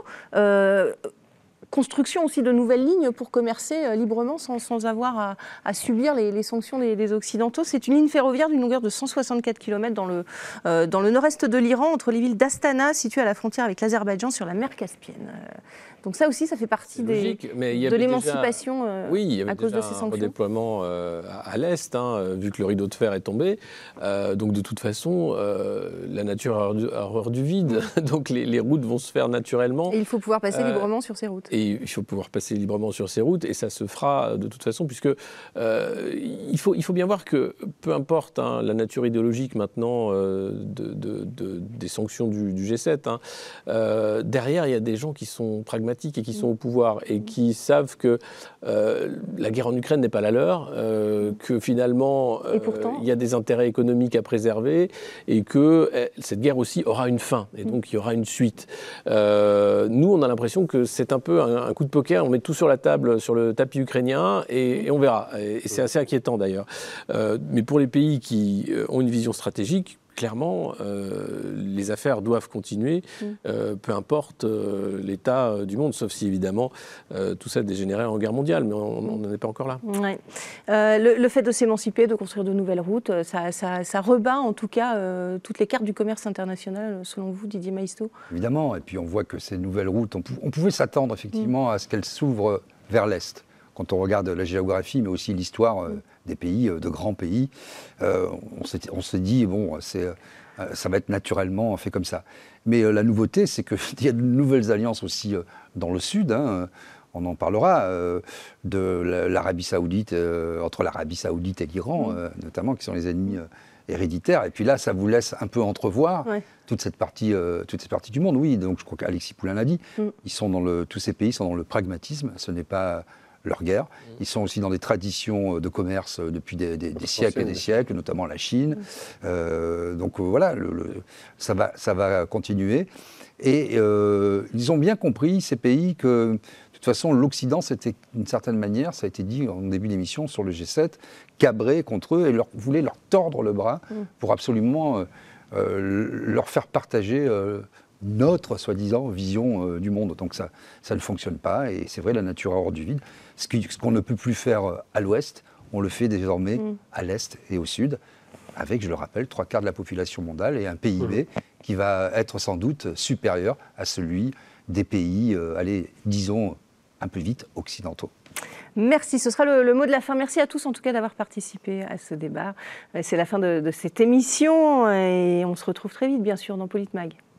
construction aussi de nouvelles lignes pour commercer librement sans avoir à subir les sanctions des Occidentaux. C'est une ligne ferroviaire d'une longueur de 164 km dans le nord-est de l'Iran, entre les villes d'Astana, situées à la frontière avec l'Azerbaïdjan, sur la mer Caspienne. Donc ça aussi, ça fait partie de l'émancipation à cause de ces sanctions. Un redéploiement à l'Est, vu que le rideau de fer est tombé. Donc de toute façon, la nature a horreur du vide. Donc les routes vont se faire naturellement. Et il faut pouvoir passer librement sur ces routes. Et il faut pouvoir passer librement sur ces routes. Et ça se fera de toute façon, puisque il faut bien voir que peu importe la nature idéologique maintenant des sanctions du G7, derrière, il y a des gens qui sont pragmatiques et qui sont au pouvoir et qui savent que la guerre en Ukraine n'est pas la leur, que finalement il y a des intérêts économiques à préserver et que cette guerre aussi aura une fin et donc il y aura une suite. Nous, on a l'impression que c'est un peu un coup de poker, on met tout sur la table, sur le tapis ukrainien et on verra. Et c'est assez inquiétant d'ailleurs. Mais pour les pays qui ont une vision stratégique, clairement, les affaires doivent continuer, peu importe l'état du monde, sauf si évidemment tout ça dégénérait en guerre mondiale, mais on n'en est pas encore là. Ouais. Le fait de s'émanciper, de construire de nouvelles routes, ça rebat en tout cas toutes les cartes du commerce international, selon vous, Didier Maistre. Évidemment, et puis on voit que ces nouvelles routes, on pouvait s'attendre effectivement à ce qu'elles s'ouvrent vers l'Est. Quand on regarde la géographie, mais aussi l'histoire des pays, de grands pays, on se dit, bon, ça va être naturellement fait comme ça. Mais la nouveauté, c'est qu'il y a de nouvelles alliances aussi dans le Sud, on en parlera, de l'Arabie Saoudite, entre l'Arabie Saoudite et l'Iran, notamment, qui sont les ennemis héréditaires. Et puis là, ça vous laisse un peu entrevoir toute cette partie du monde. Oui, donc je crois qu'Alexis Poulain l'a dit, tous ces pays sont dans le pragmatisme, ce n'est pas leur guerre. Ils sont aussi dans des traditions de commerce depuis des siècles et des siècles, notamment la Chine. Donc voilà, ça va continuer. Et ils ont bien compris, ces pays, que de toute façon, l'Occident, c'était d'une certaine manière, ça a été dit en début d'émission sur le G7, cabré contre eux et voulait leur tordre le bras pour absolument leur faire partager notre, soi-disant, vision du monde. Donc ça ne fonctionne pas, et c'est vrai, la nature a hors du vide. Ce qu'on ne peut plus faire à l'ouest, on le fait désormais à l'est et au sud, avec, je le rappelle, 3/4 de la population mondiale et un PIB qui va être sans doute supérieur à celui des pays, disons, un peu vite, occidentaux. Merci, ce sera le mot de la fin. Merci à tous en tout cas d'avoir participé à ce débat. C'est la fin de cette émission et on se retrouve très vite bien sûr dans Politmag.